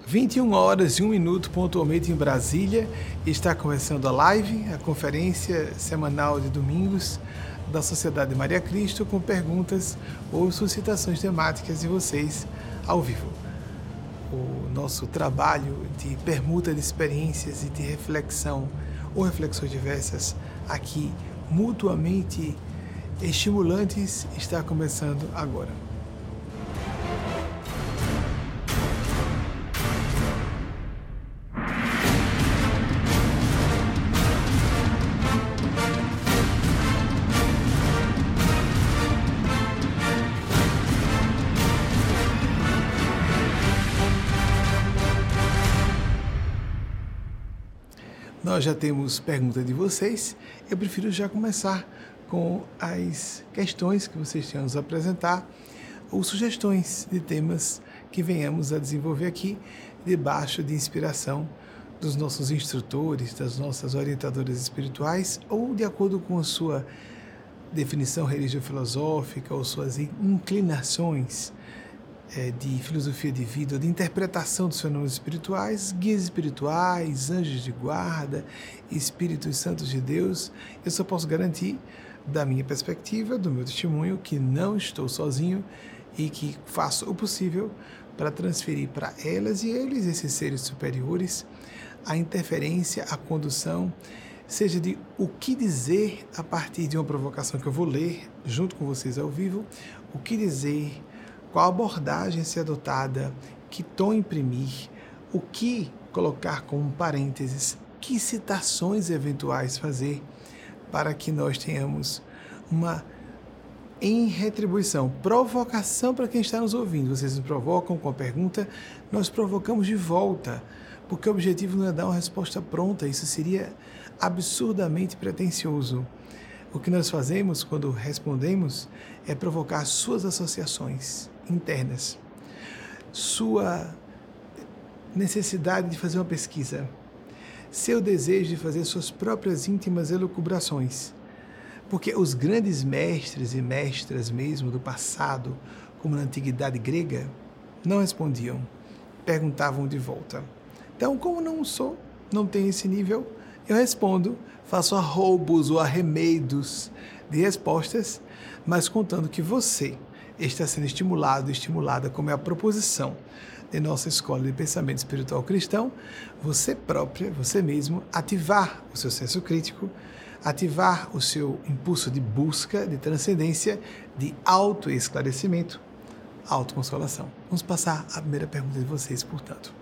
21 horas e 1 minuto pontualmente em Brasília, está começando a live, a conferência semanal de domingos da Sociedade Maria Cristo, com perguntas ou suscitações temáticas de vocês ao vivo. O nosso trabalho de permuta de experiências e de reflexão ou reflexões diversas aqui, mutuamente estimulantes, está começando agora. Nós já temos pergunta de vocês, eu prefiro já começar com as questões que vocês tenham a nos apresentar ou sugestões de temas que venhamos a desenvolver aqui, debaixo de inspiração dos nossos instrutores, das nossas orientadoras espirituais, ou de acordo com a sua definição religio-filosófica ou suas inclinações de filosofia de vida, de interpretação dos fenômenos espirituais, guias espirituais, anjos de guarda, Espíritos Santos de Deus. Eu só posso garantir, da minha perspectiva, do meu testemunho, que não estou sozinho e que faço o possível para transferir para elas e eles, esses seres superiores, a interferência, a condução, seja de o que dizer a partir de uma provocação que eu vou ler junto com vocês ao vivo, o que dizer, qual abordagem ser adotada, que tom imprimir, o que colocar como parênteses, que citações eventuais fazer para que nós tenhamos uma, em retribuição, provocação para quem está nos ouvindo. Vocês nos provocam com a pergunta, nós provocamos de volta, porque o objetivo não é dar uma resposta pronta, isso seria absurdamente pretensioso. O que nós fazemos quando respondemos é provocar suas associações internas, sua necessidade de fazer uma pesquisa, seu desejo de fazer suas próprias íntimas elucubrações. Porque os grandes mestres e mestras mesmo do passado, como na antiguidade grega, não respondiam, perguntavam de volta. Então, como não tenho esse nível, eu respondo, faço arroubos ou arremedos de respostas, mas contando que você está sendo estimulada, como é a proposição de nossa escola de pensamento espiritual cristão, você própria, você mesmo, ativar o seu senso crítico, ativar o seu impulso de busca, de transcendência, de autoesclarecimento, autoconsolação. Vamos passar a primeira pergunta de vocês, portanto.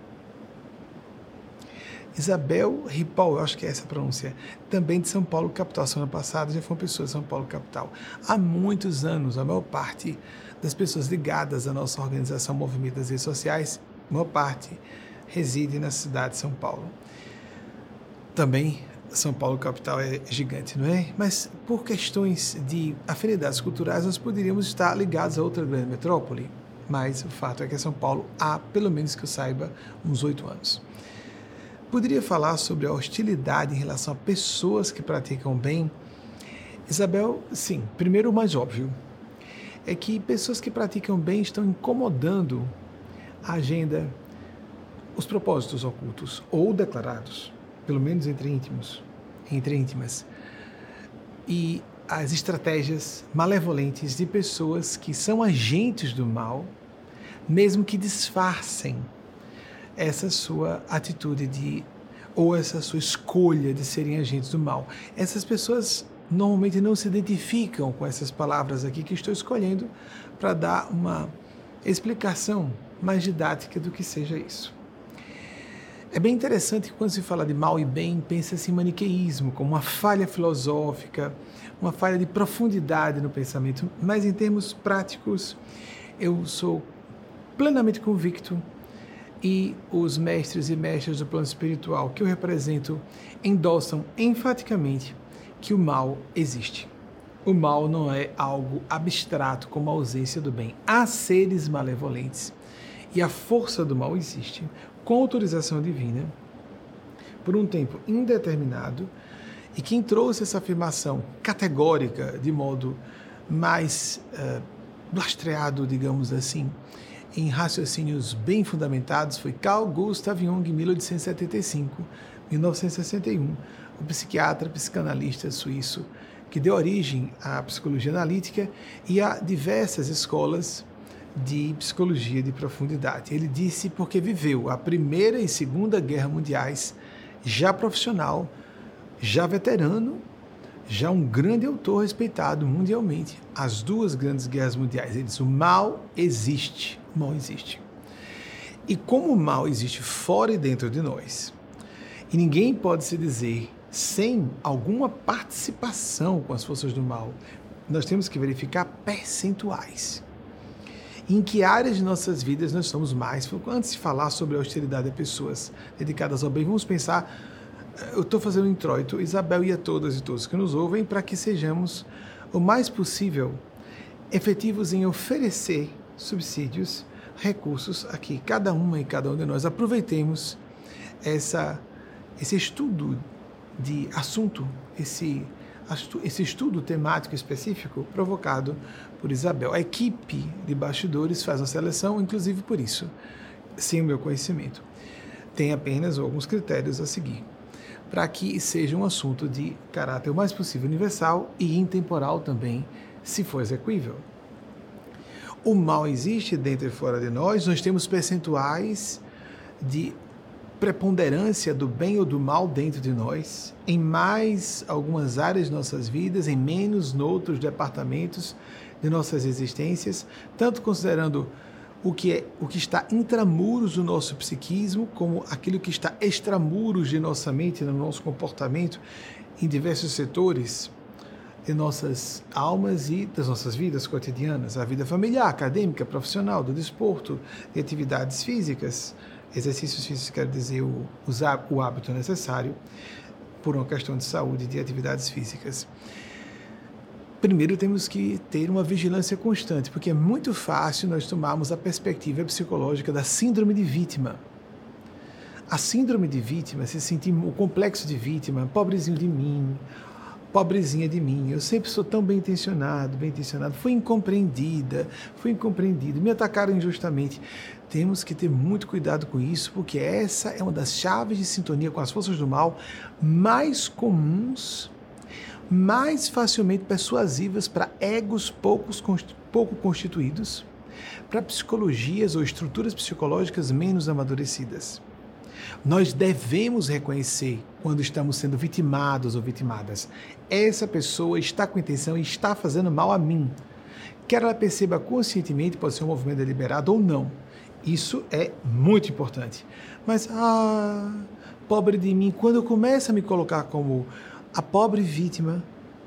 Isabel Ripoll, eu acho que é essa a pronúncia, também de São Paulo, capital. Semana passada já foi uma pessoa de São Paulo, capital. Há muitos anos, a maior parte das pessoas ligadas à nossa organização Movimento das Redes Sociais, a maior parte reside na cidade de São Paulo. Também São Paulo, capital, é gigante, não é? Mas por questões de afinidades culturais, nós poderíamos estar ligados a outra grande metrópole. Mas o fato é que São Paulo há, pelo menos que eu saiba, uns 8 anos. Poderia falar sobre a hostilidade em relação a pessoas que praticam bem? Isabel, sim. Primeiro, o mais óbvio é que pessoas que praticam bem estão incomodando a agenda, os propósitos ocultos ou declarados, pelo menos entre íntimas, e as estratégias malevolentes de pessoas que são agentes do mal, mesmo que disfarcem essa sua atitude ou essa sua escolha de serem agentes do mal. Essas pessoas normalmente não se identificam com essas palavras aqui que estou escolhendo para dar uma explicação mais didática do que seja isso. É bem interessante que quando se fala de mal e bem, pensa-se em maniqueísmo, como uma falha filosófica, uma falha de profundidade no pensamento, mas em termos práticos, eu sou plenamente convicto e os mestres e mestras do plano espiritual que eu represento endossam enfaticamente que o mal existe. O mal não é algo abstrato como a ausência do bem. Há seres malevolentes e a força do mal existe com autorização divina por um tempo indeterminado, e quem trouxe essa afirmação categórica de modo mais lastreado, digamos assim, em raciocínios bem fundamentados foi Carl Gustav Jung, 1875-1961, o psiquiatra, psicanalista suíço, que deu origem à psicologia analítica e a diversas escolas de psicologia de profundidade. Ele disse porque viveu a Primeira e Segunda Guerra Mundiais, já profissional, já veterano, já um grande autor respeitado mundialmente. As duas grandes guerras mundiais. Ele diz: o mal existe. O mal existe. E como o mal existe fora e dentro de nós, e ninguém pode se dizer sem alguma participação com as forças do mal, nós temos que verificar percentuais. Em que áreas de nossas vidas nós somos mais? Antes de falar sobre a austeridade a pessoas dedicadas ao bem, vamos pensar. Eu estou fazendo um introito, Isabel e a todas e todos que nos ouvem, para que sejamos o mais possível efetivos em oferecer subsídios, recursos a que cada uma e cada um de nós aproveitemos esse estudo de assunto, esse estudo temático específico provocado por Isabel. A equipe de bastidores faz uma seleção, inclusive por isso, sem o meu conhecimento. Tem apenas alguns critérios a seguir, para que seja um assunto de caráter o mais possível universal e intemporal também, se for execuível. O mal existe dentro e fora de nós temos percentuais de preponderância do bem ou do mal dentro de nós, em mais algumas áreas de nossas vidas, em menos noutros departamentos de nossas existências, tanto considerando o que está intramuros do nosso psiquismo, como aquilo que está extramuros de nossa mente, no nosso comportamento, em diversos setores de nossas almas e das nossas vidas cotidianas, a vida familiar, acadêmica, profissional, do desporto, de atividades físicas, exercícios físicos, quer dizer, usar o hábito necessário por uma questão de saúde, de atividades físicas. Primeiro temos que ter uma vigilância constante, porque é muito fácil nós tomarmos a perspectiva psicológica da síndrome de vítima. A síndrome de vítima, se sentir o complexo de vítima, pobrezinho de mim, pobrezinha de mim, eu sempre sou tão bem intencionado, fui incompreendido, me atacaram injustamente. Temos que ter muito cuidado com isso, porque essa é uma das chaves de sintonia com as forças do mal mais comuns, mais facilmente persuasivas para egos pouco constituídos, para psicologias ou estruturas psicológicas menos amadurecidas. Nós devemos reconhecer quando estamos sendo vitimados ou vitimadas. Essa pessoa está com intenção e está fazendo mal a mim. Quer ela perceba conscientemente, pode ser um movimento deliberado ou não. Isso é muito importante. Mas, pobre de mim, quando eu começo a me colocar como a pobre vítima,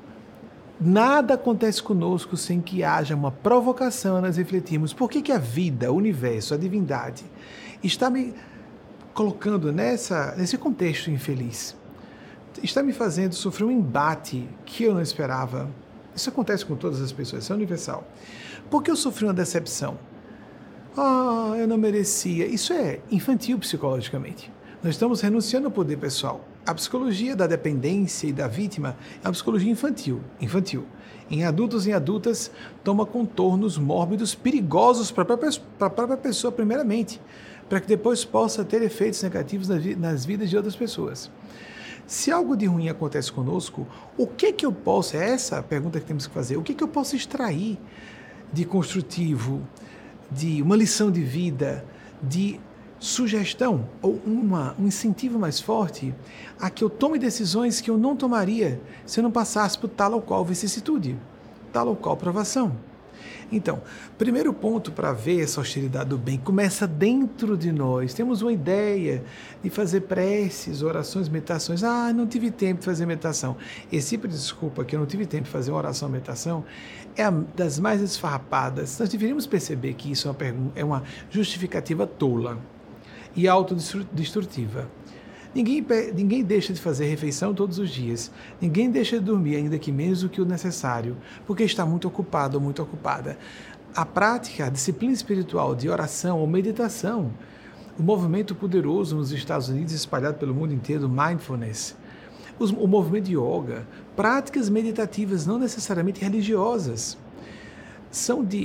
nada acontece conosco sem que haja uma provocação a nós refletirmos. Por que a vida, o universo, a divindade está me colocando nesse contexto infeliz? Está me fazendo sofrer um embate que eu não esperava. Isso acontece com todas as pessoas, isso é universal. Por que eu sofri uma decepção? Eu não merecia. Isso é infantil psicologicamente. Nós estamos renunciando ao poder pessoal. A psicologia da dependência e da vítima é uma psicologia infantil. Em adultos e em adultas, toma contornos mórbidos, perigosos para a própria pessoa, primeiramente, para que depois possa ter efeitos negativos nas vidas de outras pessoas. Se algo de ruim acontece conosco, o que eu posso, é essa a pergunta que temos que fazer, o que eu posso extrair de construtivo, de uma lição de vida, de sugestão ou um incentivo mais forte a que eu tome decisões que eu não tomaria se eu não passasse por tal ou qual vicissitude, tal ou qual provação. Então, primeiro ponto para ver essa austeridade do bem começa dentro de nós. Temos uma ideia de fazer preces, orações, meditações. Não tive tempo de fazer meditação. Esse tipo de desculpa que eu não tive tempo de fazer uma oração, meditação, é uma das mais esfarrapadas. Nós deveríamos perceber que isso é uma justificativa tola e autodestrutiva. Ninguém deixa de fazer refeição todos os dias. Ninguém deixa de dormir, ainda que menos do que o necessário, porque está muito ocupado ou muito ocupada. A prática, a disciplina espiritual de oração ou meditação, o movimento poderoso nos Estados Unidos, espalhado pelo mundo inteiro, mindfulness, o movimento de yoga, práticas meditativas não necessariamente religiosas, são de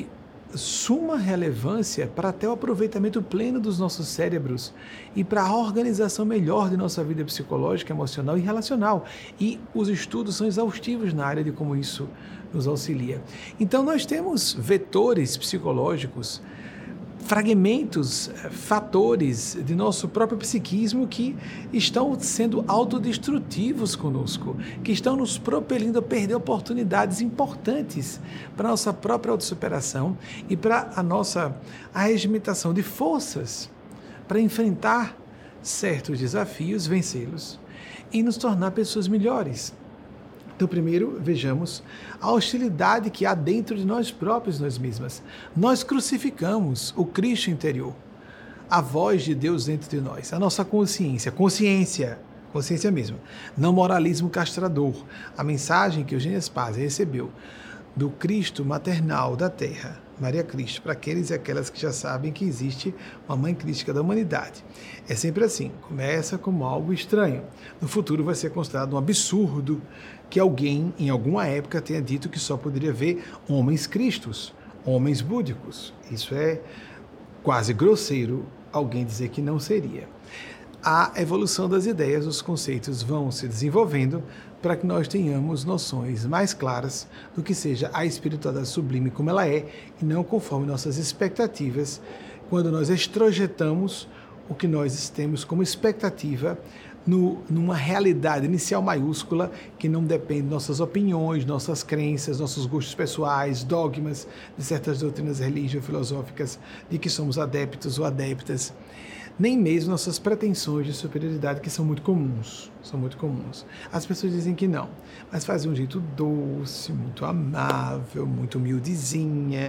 suma relevância para até o aproveitamento pleno dos nossos cérebros e para a organização melhor de nossa vida psicológica, emocional e relacional. E os estudos são exaustivos na área de como isso nos auxilia. Então nós temos vetores psicológicos, fragmentos, fatores de nosso próprio psiquismo que estão sendo autodestrutivos conosco, que estão nos propelindo a perder oportunidades importantes para a nossa própria autossuperação e para a nossa arregimentação de forças para enfrentar certos desafios, vencê-los e nos tornar pessoas melhores. Então, primeiro, vejamos a hostilidade que há dentro de nós próprios, nós mesmas. Nós crucificamos o Cristo interior, a voz de Deus dentro de nós, a nossa consciência mesmo, não moralismo castrador. A mensagem que Eugênia Spazia recebeu do Cristo maternal da Terra, Maria Cristo, para aqueles e aquelas que já sabem que existe uma mãe crística da humanidade. É sempre assim, começa como algo estranho. No futuro vai ser considerado um absurdo que alguém, em alguma época, tenha dito que só poderia ver homens cristos, homens búdicos. Isso é quase grosseiro alguém dizer que não seria. A evolução das ideias, os conceitos vão se desenvolvendo para que nós tenhamos noções mais claras do que seja a espiritualidade sublime como ela é e não conforme nossas expectativas, quando nós extrojetamos o que nós temos como expectativa numa realidade inicial maiúscula que não depende de nossas opiniões, nossas crenças, nossos gostos pessoais, dogmas de certas doutrinas religio-filosóficas de que somos adeptos ou adeptas, nem mesmo nossas pretensões de superioridade, que são muito comuns. As pessoas dizem que não, mas fazem um jeito doce, muito amável, muito humildezinho,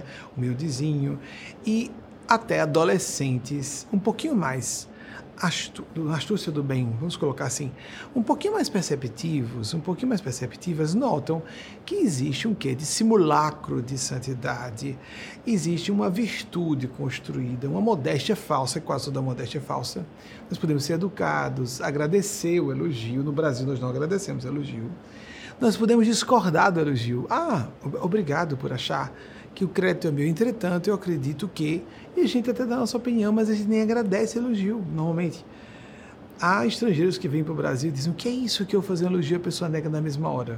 e até adolescentes um pouquinho mais astúcia do bem, vamos colocar assim, um pouquinho mais perceptivas, notam que existe um quê de simulacro de santidade, existe uma virtude construída, uma modéstia falsa, quase toda modéstia falsa. Nós podemos ser educados, agradecer o elogio. No Brasil nós não agradecemos o elogio. Nós podemos discordar do elogio. Obrigado por achar que o crédito é meu. Entretanto, eu acredito que... E a gente até dá a nossa opinião, mas a gente nem agradece elogio, normalmente. Há estrangeiros que vêm para o Brasil e dizem: o que é isso que eu fazer elogio, a pessoa nega na mesma hora.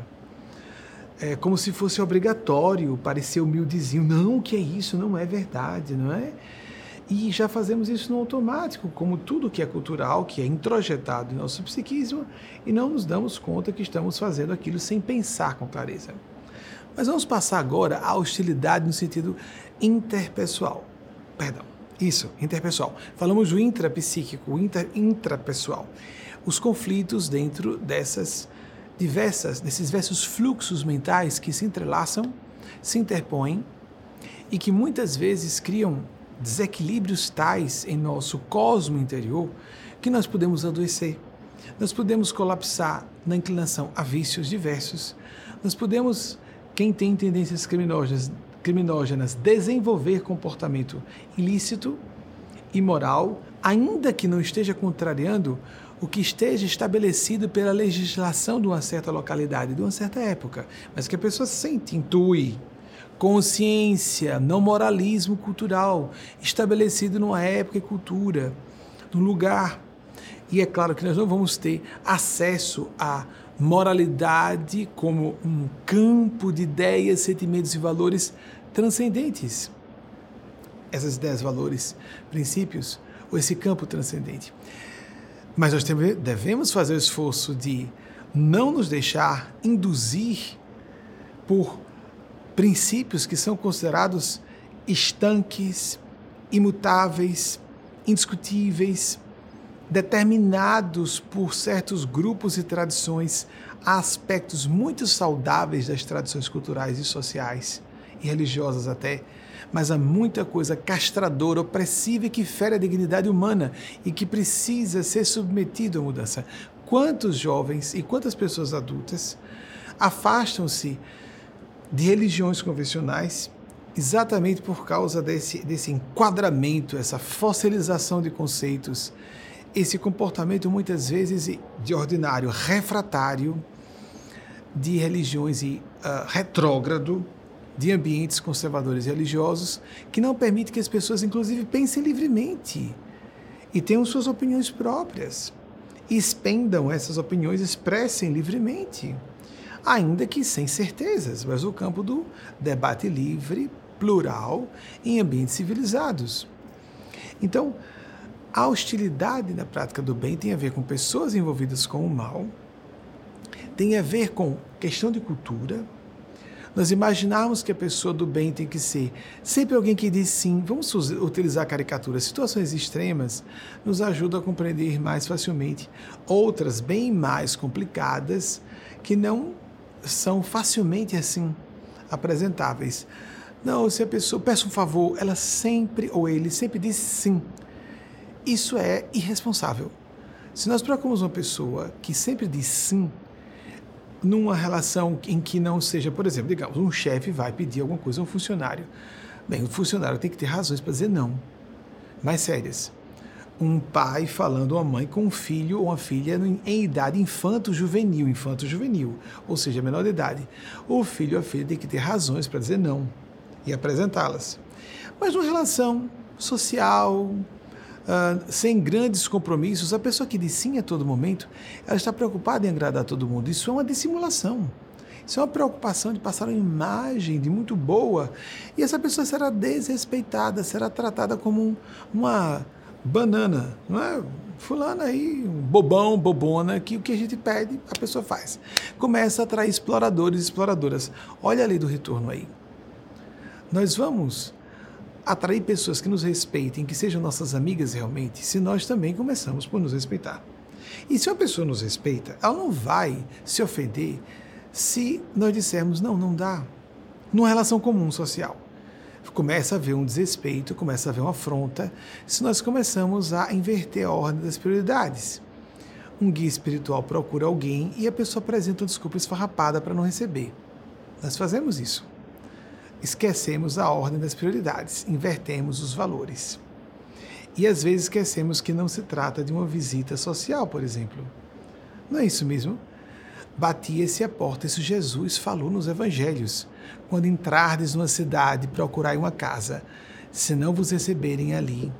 É como se fosse obrigatório parecer humildezinho. Não, o que é isso? Não é verdade, não é? E já fazemos isso no automático, como tudo que é cultural, que é introjetado em nosso psiquismo, e não nos damos conta que estamos fazendo aquilo sem pensar com clareza. Mas vamos passar agora à hostilidade no sentido interpessoal. Interpessoal. Falamos do intrapsíquico, intrapessoal. Os conflitos dentro desses diversos fluxos mentais que se entrelaçam, se interpõem e que muitas vezes criam desequilíbrios tais em nosso cosmo interior que nós podemos adoecer. Nós podemos colapsar na inclinação a vícios diversos. Nós podemos, quem tem tendências criminógenas, desenvolver comportamento ilícito, imoral, ainda que não esteja contrariando o que esteja estabelecido pela legislação de uma certa localidade, de uma certa época, mas que a pessoa sente, intui. Consciência, não moralismo cultural, estabelecido numa época e cultura, num lugar. E é claro que nós não vamos ter acesso à moralidade como um campo de ideias, sentimentos e valores transcendentes. Essas ideias, valores, princípios, ou esse campo transcendente. Mas nós devemos fazer o esforço de não nos deixar induzir por princípios que são considerados estanques, imutáveis, indiscutíveis, determinados por certos grupos e tradições, há aspectos muito saudáveis das tradições culturais e sociais, e religiosas até, mas há muita coisa castradora, opressiva e que fere a dignidade humana e que precisa ser submetido à mudança. Quantos jovens e quantas pessoas adultas afastam-se de religiões convencionais exatamente por causa desse enquadramento, essa fossilização de conceitos, esse comportamento muitas vezes de ordinário refratário de religiões e retrógrado, de ambientes conservadores e religiosos que não permitem que as pessoas, inclusive, pensem livremente e tenham suas opiniões próprias. E expendam essas opiniões, expressem livremente, ainda que sem certezas, mas o campo do debate livre, plural, em ambientes civilizados. Então, a hostilidade na prática do bem tem a ver com pessoas envolvidas com o mal, tem a ver com questão de cultura. Nós imaginarmos que a pessoa do bem tem que ser sempre alguém que diz sim. Vamos utilizar caricaturas. Situações extremas nos ajudam a compreender mais facilmente outras bem mais complicadas que não são facilmente assim apresentáveis. Não, se a pessoa peça um favor, ela sempre ou ele sempre diz sim. Isso é irresponsável. Se nós procuramos uma pessoa que sempre diz sim, numa relação em que não seja, por exemplo, digamos, um chefe vai pedir alguma coisa a um funcionário. Bem, o funcionário tem que ter razões para dizer não. Mais sérias. Um pai falando a uma mãe com um filho ou uma filha em idade infanto-juvenil, ou seja, menor de idade. O filho ou a filha tem que ter razões para dizer não e apresentá-las. Mas numa relação social, sem grandes compromissos, a pessoa que diz sim a todo momento, ela está preocupada em agradar a todo mundo. Isso é uma dissimulação. Isso é uma preocupação de passar uma imagem de muito boa, e essa pessoa será desrespeitada, será tratada como uma banana, não é? Fulano aí, um bobão, bobona, que o que a gente pede, a pessoa faz. Começa a atrair exploradores e exploradoras. Olha a lei do retorno aí. Nós vamos atrair pessoas que nos respeitem, que sejam nossas amigas realmente, se nós também começamos por nos respeitar. E se uma pessoa nos respeita, ela não vai se ofender se nós dissermos, não dá. Numa relação comum social. Começa a haver um desrespeito, começa a haver uma afronta, se nós começamos a inverter a ordem das prioridades. Um guia espiritual procura alguém e a pessoa apresenta uma desculpa esfarrapada para não receber. Nós fazemos isso. Esquecemos a ordem das prioridades, invertemos os valores. E às vezes esquecemos que não se trata de uma visita social, por exemplo. Não é isso mesmo? Batia-se a porta, isso Jesus falou nos evangelhos. Quando entrardes numa cidade, procurai uma casa. Se não vos receberem ali,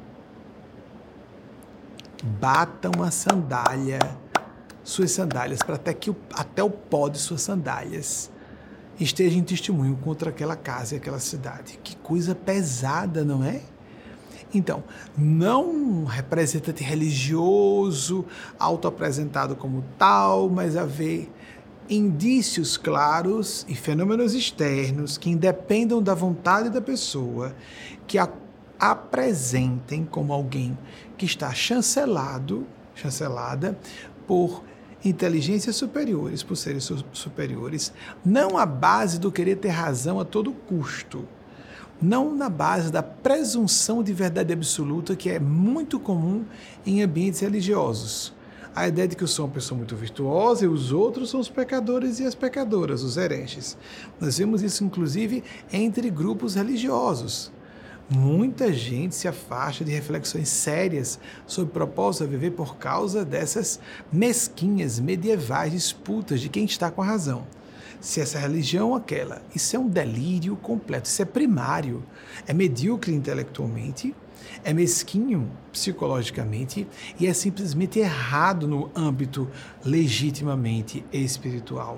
batam a sandália, suas sandálias, para até o pó de suas sandálias esteja em testemunho contra aquela casa e aquela cidade. Que coisa pesada, não é? Então, não um representante religioso, autoapresentado como tal, mas haver indícios claros e fenômenos externos que independam da vontade da pessoa, que a apresentem como alguém que está chancelada por inteligências superiores, por seres superiores, não à base do querer ter razão a todo custo, não na base da presunção de verdade absoluta, que é muito comum em ambientes religiosos. A ideia de que eu sou uma pessoa muito virtuosa e os outros são os pecadores e as pecadoras, os hereges. Nós vemos isso, inclusive, entre grupos religiosos. Muita gente se afasta de reflexões sérias sobre o propósito a viver por causa dessas mesquinhas, medievais disputas de quem está com a razão. Se essa religião ou aquela, isso é um delírio completo, isso é primário, é medíocre intelectualmente, é mesquinho psicologicamente e é simplesmente errado no âmbito legitimamente espiritual.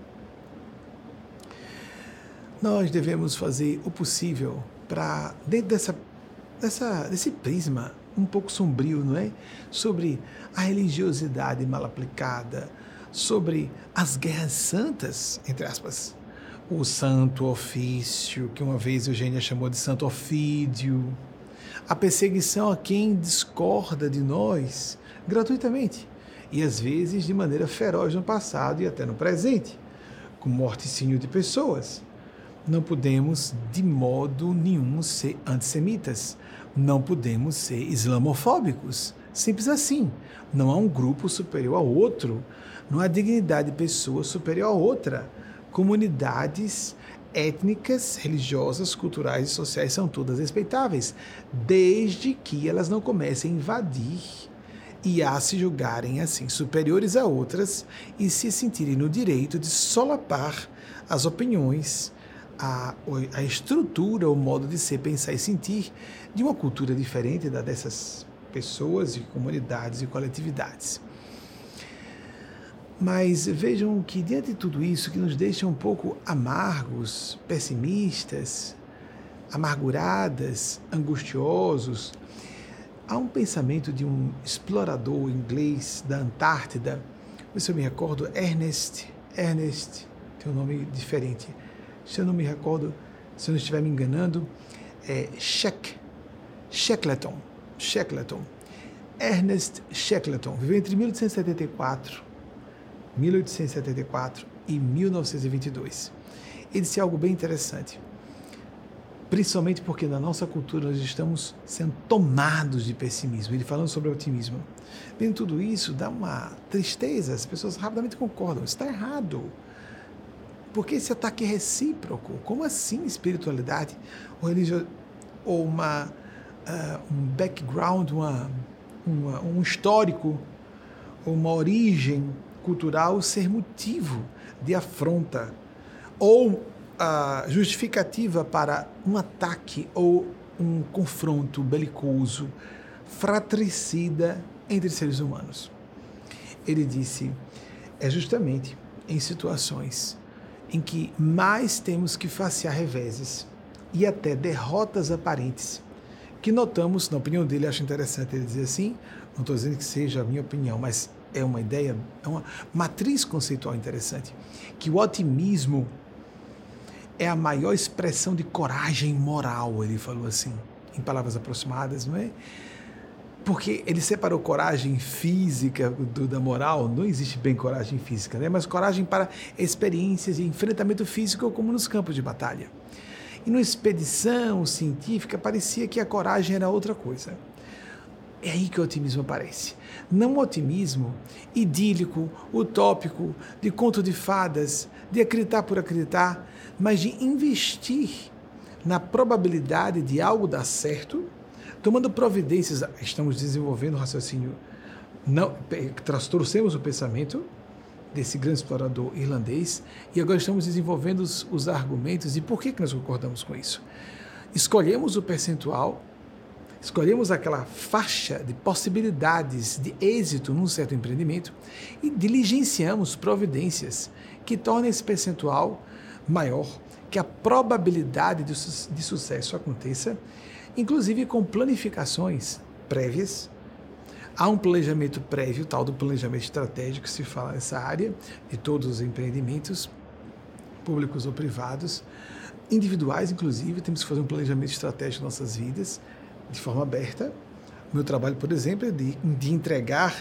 Nós devemos fazer o possível para, dentro desse prisma um pouco sombrio, não é? Sobre a religiosidade mal aplicada, sobre as guerras santas, entre aspas, o santo ofício, que uma vez Eugênia chamou de santo ofídio, a perseguição a quem discorda de nós gratuitamente, e às vezes de maneira feroz no passado e até no presente, com morticínio de pessoas. Não podemos, de modo nenhum, ser antissemitas. Não podemos ser islamofóbicos. Simples assim. Não há um grupo superior ao outro. Não há dignidade de pessoa superior a outra. Comunidades étnicas, religiosas, culturais e sociais são todas respeitáveis, desde que elas não comecem a invadir e a se julgarem assim superiores a outras e se sentirem no direito de solapar as opiniões a estrutura, o modo de ser, pensar e sentir de uma cultura diferente da dessas pessoas e comunidades e coletividades. Mas vejam que, diante de tudo isso, que nos deixa um pouco amargos, pessimistas, amarguradas, angustiosos, há um pensamento de um explorador inglês da Antártida, se eu me recordo, Ernest, tem um nome diferente, se eu não me recordo, se eu não estiver me enganando, é Shackleton. Ernest Shackleton viveu entre 1874 e 1922. Ele disse algo bem interessante, principalmente porque na nossa cultura nós estamos sendo tomados de pessimismo. Ele falando sobre otimismo. Vendo tudo isso, dá uma tristeza, as pessoas rapidamente concordam, isso está errado. Porque esse ataque é recíproco? Como assim espiritualidade ou religião, ou um background, um histórico, uma origem cultural ser motivo de afronta ou justificativa para um ataque ou um confronto belicoso, fratricida entre seres humanos? Ele disse, é justamente em situações em que mais temos que facear reveses e até derrotas aparentes, que notamos, na opinião dele, acho interessante ele dizer assim, não estou dizendo que seja a minha opinião, mas é uma ideia, é uma matriz conceitual interessante, que o otimismo é a maior expressão de coragem moral, ele falou assim, em palavras aproximadas, não é? Porque ele separou coragem física da moral, não existe bem coragem física, né? Mas coragem para experiências de enfrentamento físico como nos campos de batalha. E numa expedição científica parecia que a coragem era outra coisa. É aí que o otimismo aparece. Não um otimismo idílico, utópico, de conto de fadas, de acreditar por acreditar, mas de investir na probabilidade de algo dar certo, tomando providências. Estamos desenvolvendo um raciocínio, trouxemos o pensamento desse grande explorador irlandês e agora estamos desenvolvendo os argumentos de por que nós concordamos com isso. Escolhemos o percentual, escolhemos aquela faixa de possibilidades de êxito num certo empreendimento e diligenciamos providências que tornem esse percentual maior, que a probabilidade de sucesso aconteça, inclusive com planificações prévias. Há um planejamento prévio, tal do planejamento estratégico, que se fala nessa área, de todos os empreendimentos, públicos ou privados, individuais, inclusive, temos que fazer um planejamento estratégico de nossas vidas, de forma aberta. O meu trabalho, por exemplo, é de entregar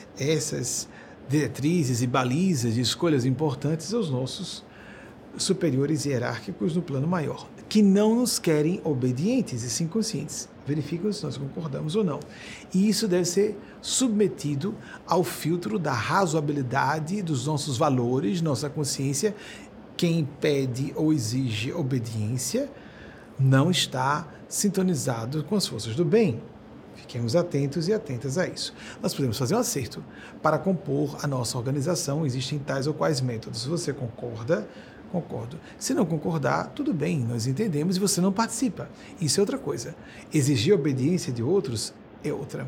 essas diretrizes e balizas de escolhas importantes aos nossos superiores hierárquicos no plano maior, que não nos querem obedientes e sim conscientes. Verificam se nós concordamos ou não. E isso deve ser submetido ao filtro da razoabilidade dos nossos valores, nossa consciência. Quem pede ou exige obediência não está sintonizado com as forças do bem. Fiquemos atentos e atentas a isso. Nós podemos fazer um acerto. Para compor a nossa organização, existem tais ou quais métodos. Se você concorda, concordo. Se não concordar, tudo bem, nós entendemos e você não participa. Isso é outra coisa. Exigir obediência de outros é outra.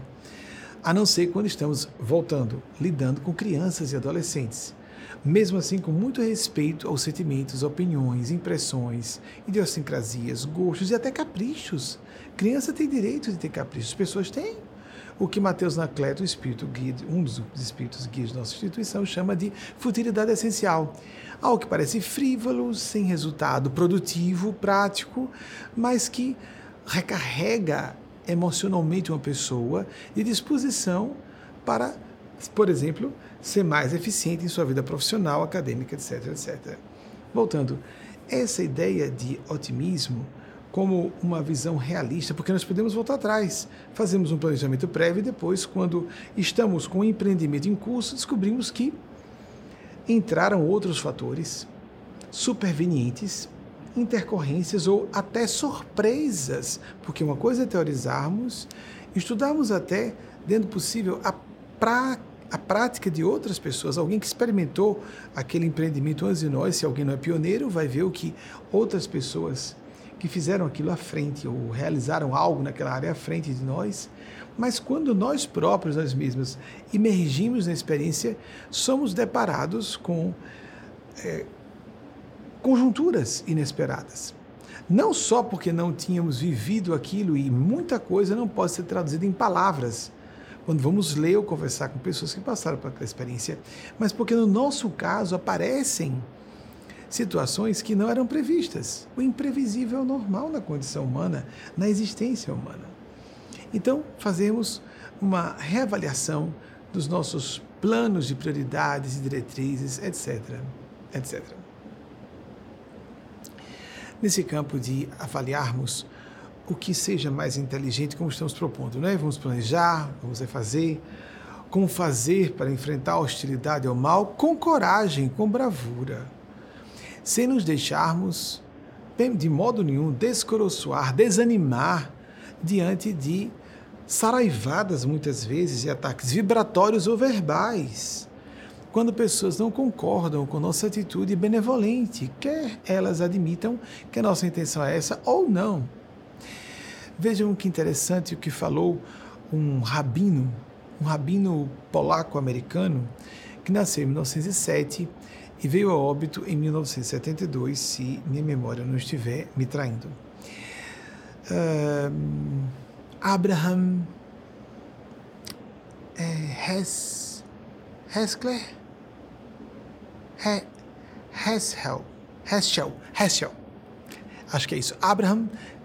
A não ser quando estamos lidando com crianças e adolescentes. Mesmo assim, com muito respeito aos sentimentos, opiniões, impressões, idiosincrasias, gostos e até caprichos. Criança tem direito de ter caprichos, pessoas têm. O que Mateus Anacleto, um dos espíritos guias da nossa instituição, chama de futilidade essencial. Algo que parece frívolo, sem resultado produtivo, prático, mas que recarrega emocionalmente uma pessoa de disposição para, por exemplo, ser mais eficiente em sua vida profissional, acadêmica, etc, etc. Voltando, essa ideia de otimismo como uma visão realista, porque nós podemos voltar atrás, fazemos um planejamento prévio e depois, quando estamos com o empreendimento em curso, descobrimos que entraram outros fatores supervenientes, intercorrências ou até surpresas, porque uma coisa é teorizarmos, estudarmos até, dentro do possível, a prática de outras pessoas, alguém que experimentou aquele empreendimento antes de nós. Se alguém não é pioneiro, vai ver o que outras pessoas que fizeram aquilo à frente ou realizaram algo naquela área à frente de nós. Mas quando nós próprios, nós mesmos, imergimos na experiência, somos deparados com conjunturas inesperadas. Não só porque não tínhamos vivido aquilo, e muita coisa não pode ser traduzida em palavras quando vamos ler ou conversar com pessoas que passaram por aquela experiência, mas porque no nosso caso aparecem situações que não eram previstas. O imprevisível é o normal na condição humana, na existência humana. Então, fazemos uma reavaliação dos nossos planos de prioridades e diretrizes, etc, etc. Nesse campo de avaliarmos o que seja mais inteligente, como estamos propondo, né? Vamos planejar, vamos fazer, como fazer para enfrentar a hostilidade ao mal com coragem, com bravura, sem nos deixarmos, de modo nenhum, descoroçoar, desanimar diante de saraivadas, muitas vezes, e ataques vibratórios ou verbais, quando pessoas não concordam com nossa atitude benevolente, quer elas admitam que a nossa intenção é essa ou não. Vejam que interessante o que falou um rabino polaco-americano, que nasceu em 1907 e veio a óbito em 1972, se minha memória não estiver me traindo. Abraham Heschel. Acho que é isso. Abraham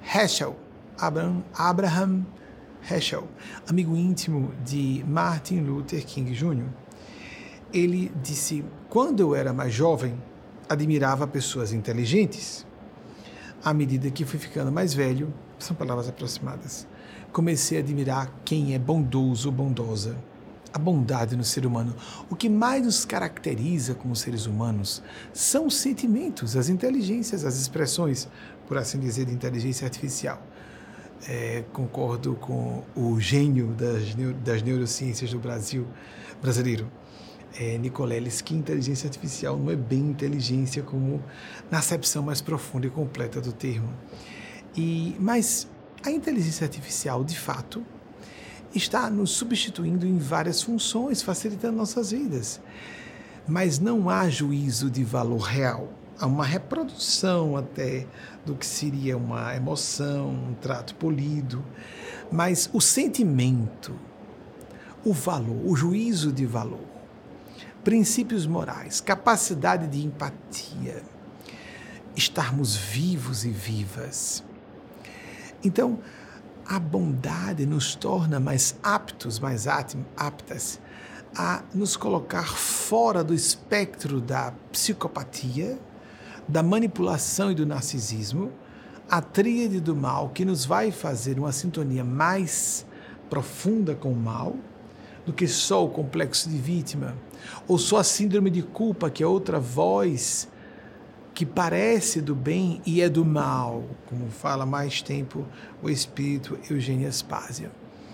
Heschel, amigo íntimo de Martin Luther King Jr. Ele disse: quando eu era mais jovem, admirava pessoas inteligentes. À medida que fui ficando mais velho, são palavras aproximadas, comecei a admirar quem é bondoso ou bondosa. A bondade no ser humano. O que mais nos caracteriza como seres humanos são os sentimentos, as inteligências, as expressões, por assim dizer, de inteligência artificial. Concordo com o gênio das neurociências do brasileiro, Nicoleles, que inteligência artificial não é bem inteligência como na acepção mais profunda e completa do termo. Mas a inteligência artificial, de fato, está nos substituindo em várias funções, facilitando nossas vidas. Mas não há juízo de valor real. Há uma reprodução até do que seria uma emoção, um trato polido. Mas o sentimento, o valor, o juízo de valor, princípios morais, capacidade de empatia, estarmos vivos e vivas. Então, a bondade nos torna mais aptos, mais aptas a nos colocar fora do espectro da psicopatia, da manipulação e do narcisismo, a tríade do mal que nos vai fazer uma sintonia mais profunda com o mal do que só o complexo de vítima, ou só a síndrome de culpa, que é outra voz que parece do bem e é do mal, como fala há mais tempo o espírito Eugênio Aspásia.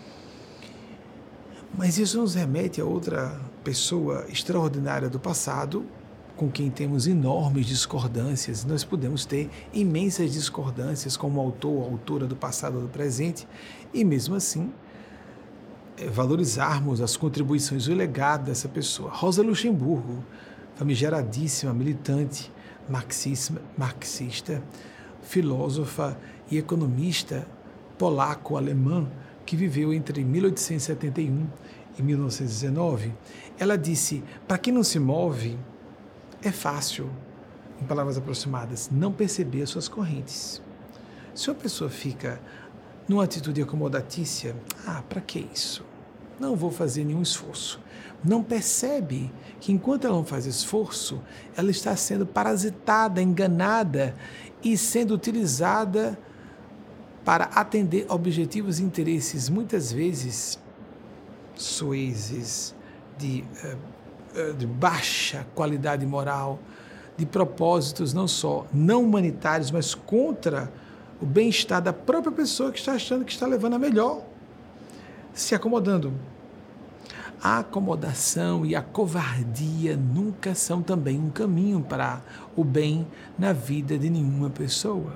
Mas isso nos remete a outra pessoa extraordinária do passado, com quem temos enormes discordâncias. Nós podemos ter imensas discordâncias como autor ou autora do passado ou do presente, e mesmo assim valorizarmos as contribuições e o legado dessa pessoa. Rosa Luxemburgo, famigeradíssima, militante, marxista, filósofa e economista polaco-alemã, que viveu entre 1871 e 1919, ela disse: para quem não se move, é fácil, em palavras aproximadas, não perceber as suas correntes. Se uma pessoa fica numa atitude acomodatícia, para que isso? Não vou fazer nenhum esforço. Não percebe que enquanto ela não faz esforço, ela está sendo parasitada, enganada e sendo utilizada para atender objetivos e interesses, muitas vezes soezes, de baixa qualidade moral, de propósitos não só não humanitários, mas contra o bem-estar da própria pessoa que está achando que está levando a melhor, se acomodando. A acomodação e a covardia nunca são também um caminho para o bem na vida de nenhuma pessoa.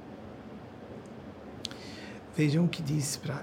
Vejam o que diz para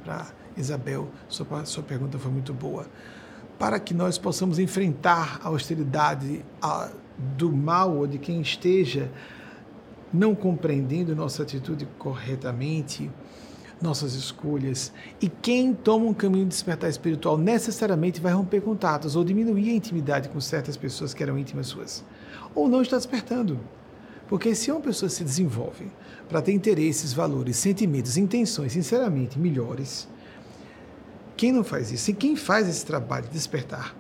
Isabel, sua pergunta foi muito boa. Para que nós possamos enfrentar a hostilidade do mal ou de quem esteja não compreendendo nossa atitude corretamente, nossas escolhas, e quem toma um caminho de despertar espiritual necessariamente vai romper contatos ou diminuir a intimidade com certas pessoas que eram íntimas suas, ou não está despertando. Porque se uma pessoa se desenvolve para ter interesses, valores, sentimentos, intenções sinceramente melhores, quem não faz isso, e quem faz esse trabalho de despertar,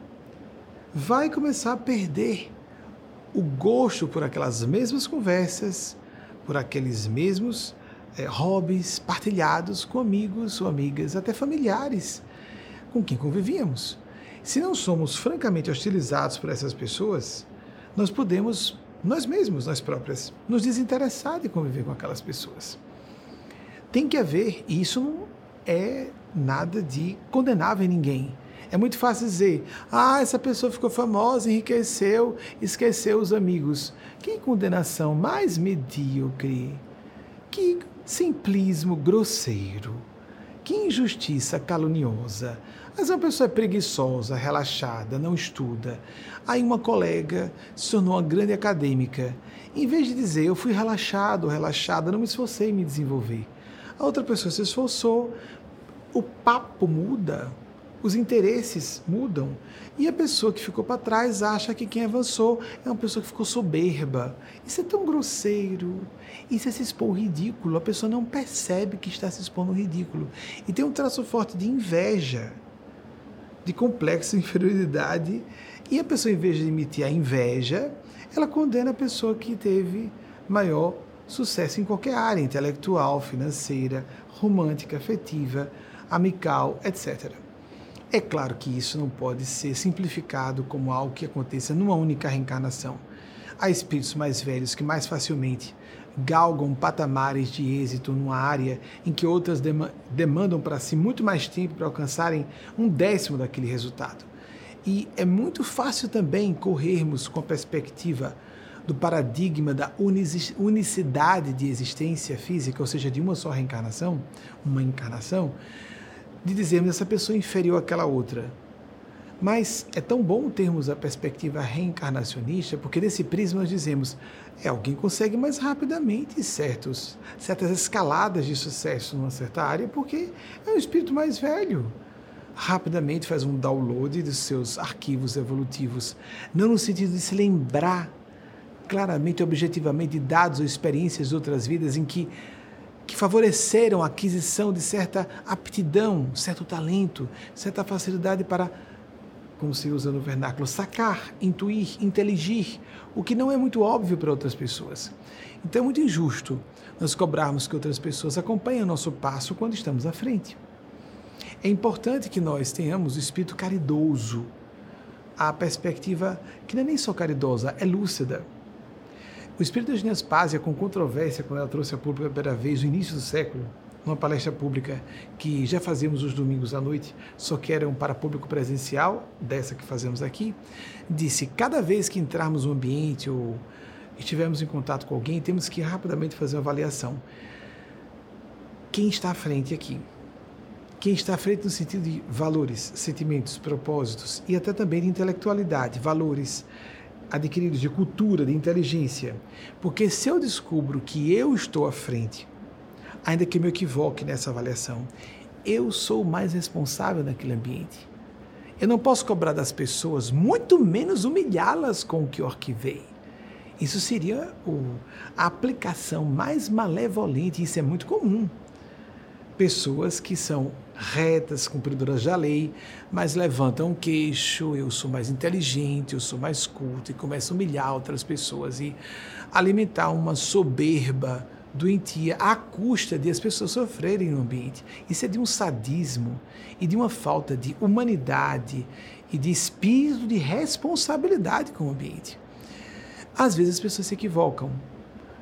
vai começar a perder o gosto por aquelas mesmas conversas, por aqueles mesmos hobbies partilhados com amigos ou amigas, até familiares, com quem convivíamos. Se não somos francamente hostilizados por essas pessoas, nós podemos, nós mesmos, nós próprias, nos desinteressar de conviver com aquelas pessoas. Tem que haver, e isso não é nada de condenável em ninguém. É muito fácil dizer, essa pessoa ficou famosa, enriqueceu, esqueceu os amigos. Que condenação mais medíocre, que simplismo grosseiro, que injustiça caluniosa. Mas uma pessoa é preguiçosa, relaxada, não estuda. Aí uma colega se tornou uma grande acadêmica. Em vez de dizer, eu fui relaxada, não me esforcei em me desenvolver. A outra pessoa se esforçou, o papo muda, os interesses mudam, e a pessoa que ficou para trás acha que quem avançou é uma pessoa que ficou soberba. Isso é tão grosseiro, isso é se expor ao ridículo, a pessoa não percebe que está se expondo ao ridículo. E tem um traço forte de inveja, de complexo de inferioridade, e a pessoa, em vez de emitir a inveja, ela condena a pessoa que teve maior sucesso em qualquer área, intelectual, financeira, romântica, afetiva, amical, etc. É claro que isso não pode ser simplificado como algo que aconteça numa única reencarnação. Há espíritos mais velhos que mais facilmente galgam patamares de êxito numa área em que outras demandam para si muito mais tempo para alcançarem 1/10 daquele resultado. E é muito fácil também corrermos com a perspectiva do paradigma da unicidade de existência física, ou seja, de uma só reencarnação, uma encarnação, de dizermos essa pessoa é inferior àquela outra. Mas é tão bom termos a perspectiva reencarnacionista, porque desse prisma nós dizemos, alguém consegue mais rapidamente certas escaladas de sucesso numa certa área, porque é um espírito mais velho. Rapidamente faz um download dos seus arquivos evolutivos, não no sentido de se lembrar claramente, objetivamente, de dados ou experiências de outras vidas em que favoreceram a aquisição de certa aptidão, certo talento, certa facilidade para, como se usa no vernáculo, sacar, intuir, inteligir, o que não é muito óbvio para outras pessoas. Então é muito injusto nós cobrarmos que outras pessoas acompanhem o nosso passo quando estamos à frente. É importante que nós tenhamos o espírito caridoso, a perspectiva que não é nem só caridosa, é lúcida. O espírito da Eugênia Spásia, com controvérsia, quando ela trouxe a público a primeira vez, no início do século, numa palestra pública que já fazíamos os domingos à noite, só que eram para público presencial, dessa que fazemos aqui, disse, cada vez que entrarmos no ambiente ou estivermos em contato com alguém, temos que rapidamente fazer uma avaliação. Quem está à frente aqui? Quem está à frente no sentido de valores, sentimentos, propósitos e até também de intelectualidade, valores adquiridos de cultura, de inteligência. Porque se eu descubro que eu estou à frente, ainda que eu me equivoque nessa avaliação, eu sou mais responsável naquele ambiente. Eu não posso cobrar das pessoas, muito menos humilhá-las com o que eu arquivei. Isso seria a aplicação mais malevolente, e isso é muito comum. Pessoas que são retas, cumpridoras da lei, mas levantam o queixo, eu sou mais inteligente, eu sou mais culto, e começam a humilhar outras pessoas e alimentar uma soberba doentia à custa de as pessoas sofrerem no ambiente. Isso é de um sadismo e de uma falta de humanidade e de espírito de responsabilidade com o ambiente. Às vezes as pessoas se equivocam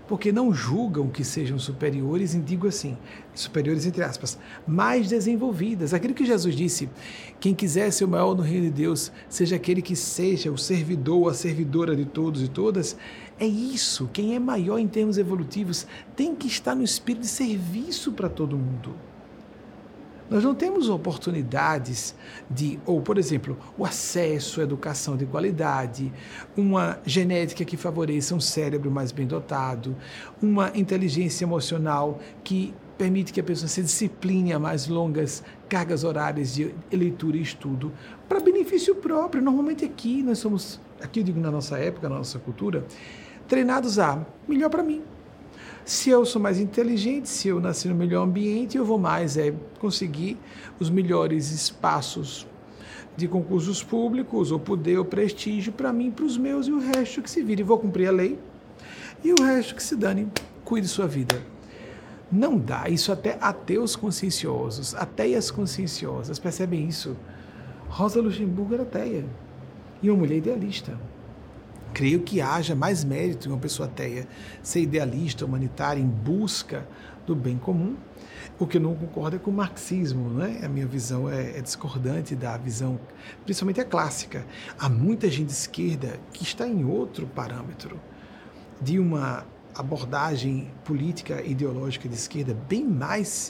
porque não julgam que sejam superiores, e digo assim, superiores entre aspas, mais desenvolvidas. Aquilo que Jesus disse, quem quiser ser o maior no reino de Deus, seja aquele que seja o servidor, a servidora de todos e todas, é isso. Quem é maior em termos evolutivos tem que estar no espírito de serviço para todo mundo. Nós não temos oportunidades ou, por exemplo, o acesso à educação de qualidade, uma genética que favoreça um cérebro mais bem dotado, uma inteligência emocional que permite que a pessoa se discipline a mais longas cargas horárias de leitura e estudo, para benefício próprio. Normalmente aqui nós somos, aqui eu digo na nossa época, na nossa cultura, treinados a melhor para mim. Se eu sou mais inteligente, se eu nasci no melhor ambiente, eu vou mais conseguir os melhores espaços de concursos públicos, ou poder, ou prestígio para mim, para os meus, e o resto que se vire. Vou cumprir a lei, e o resto que se dane, cuide sua vida. Não dá, isso até ateus conscienciosos, ateias conscienciosas, percebem isso? Rosa Luxemburgo era ateia, e uma mulher idealista. Creio que haja mais mérito em uma pessoa ateia ser idealista, humanitária, em busca do bem comum, o que não concorda com o marxismo, né? A minha visão é discordante da visão, principalmente a clássica. Há muita gente de esquerda que está em outro parâmetro, de uma abordagem política e ideológica de esquerda bem mais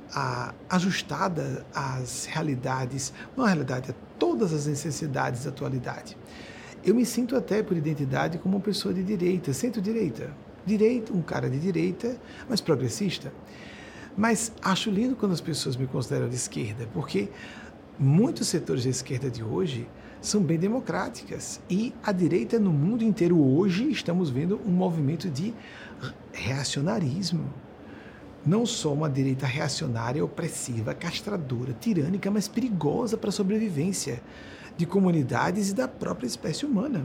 ajustada às realidades, não à realidade, a todas as necessidades da atualidade. Eu me sinto até, por identidade, como uma pessoa de direita, centro-direita. Um cara de direita, mas progressista. Mas acho lindo quando as pessoas me consideram de esquerda, porque muitos setores da esquerda de hoje são bem democráticas. E a direita no mundo inteiro hoje estamos vendo um movimento de reacionarismo. Não só uma direita reacionária, opressiva, castradora, tirânica, mas perigosa para a sobrevivência de comunidades e da própria espécie humana.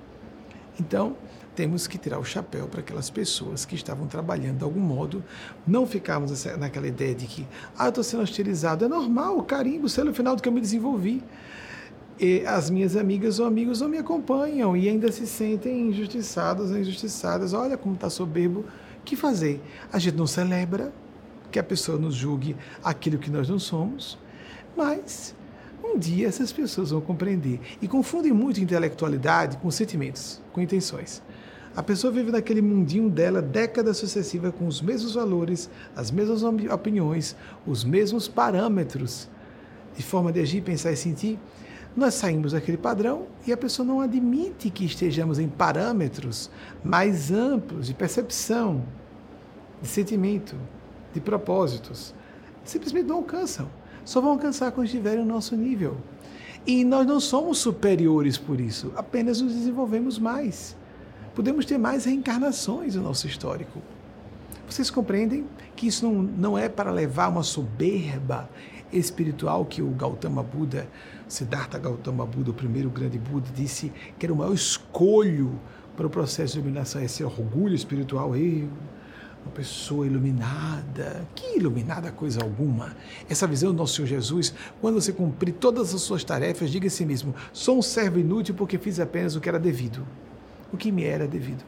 Então, temos que tirar o chapéu para aquelas pessoas que estavam trabalhando de algum modo, não ficarmos naquela ideia de que, eu estou sendo hostilizado, é normal, carimbo, selo final do que eu me desenvolvi. E as minhas amigas ou amigos não me acompanham e ainda se sentem injustiçados ou injustiçadas. Olha como está soberbo. O que fazer? A gente não celebra que a pessoa nos julgue aquilo que nós não somos, mas um dia essas pessoas vão compreender. E confundem muito intelectualidade com sentimentos, com intenções. A pessoa vive naquele mundinho dela, décadas sucessivas, com os mesmos valores, as mesmas opiniões, os mesmos parâmetros de forma de agir, pensar e sentir. Nós saímos daquele padrão e a pessoa não admite que estejamos em parâmetros mais amplos de percepção, de sentimento, de propósitos. Simplesmente não alcançam. Só vão alcançar quando estiverem no nosso nível. E nós não somos superiores por isso, apenas nos desenvolvemos mais. Podemos ter mais reencarnações no nosso histórico. Vocês compreendem que isso não é para levar uma soberba espiritual que o Gautama Buda, Siddhartha Gautama Buda, o primeiro grande Buda, disse que era o maior escolho para o processo de iluminação, esse orgulho espiritual. Uma pessoa iluminada. Que iluminada coisa alguma. Essa visão do nosso Senhor Jesus, quando você cumprir todas as suas tarefas, diga a si mesmo, sou um servo inútil porque fiz apenas o que era devido. O que me era devido.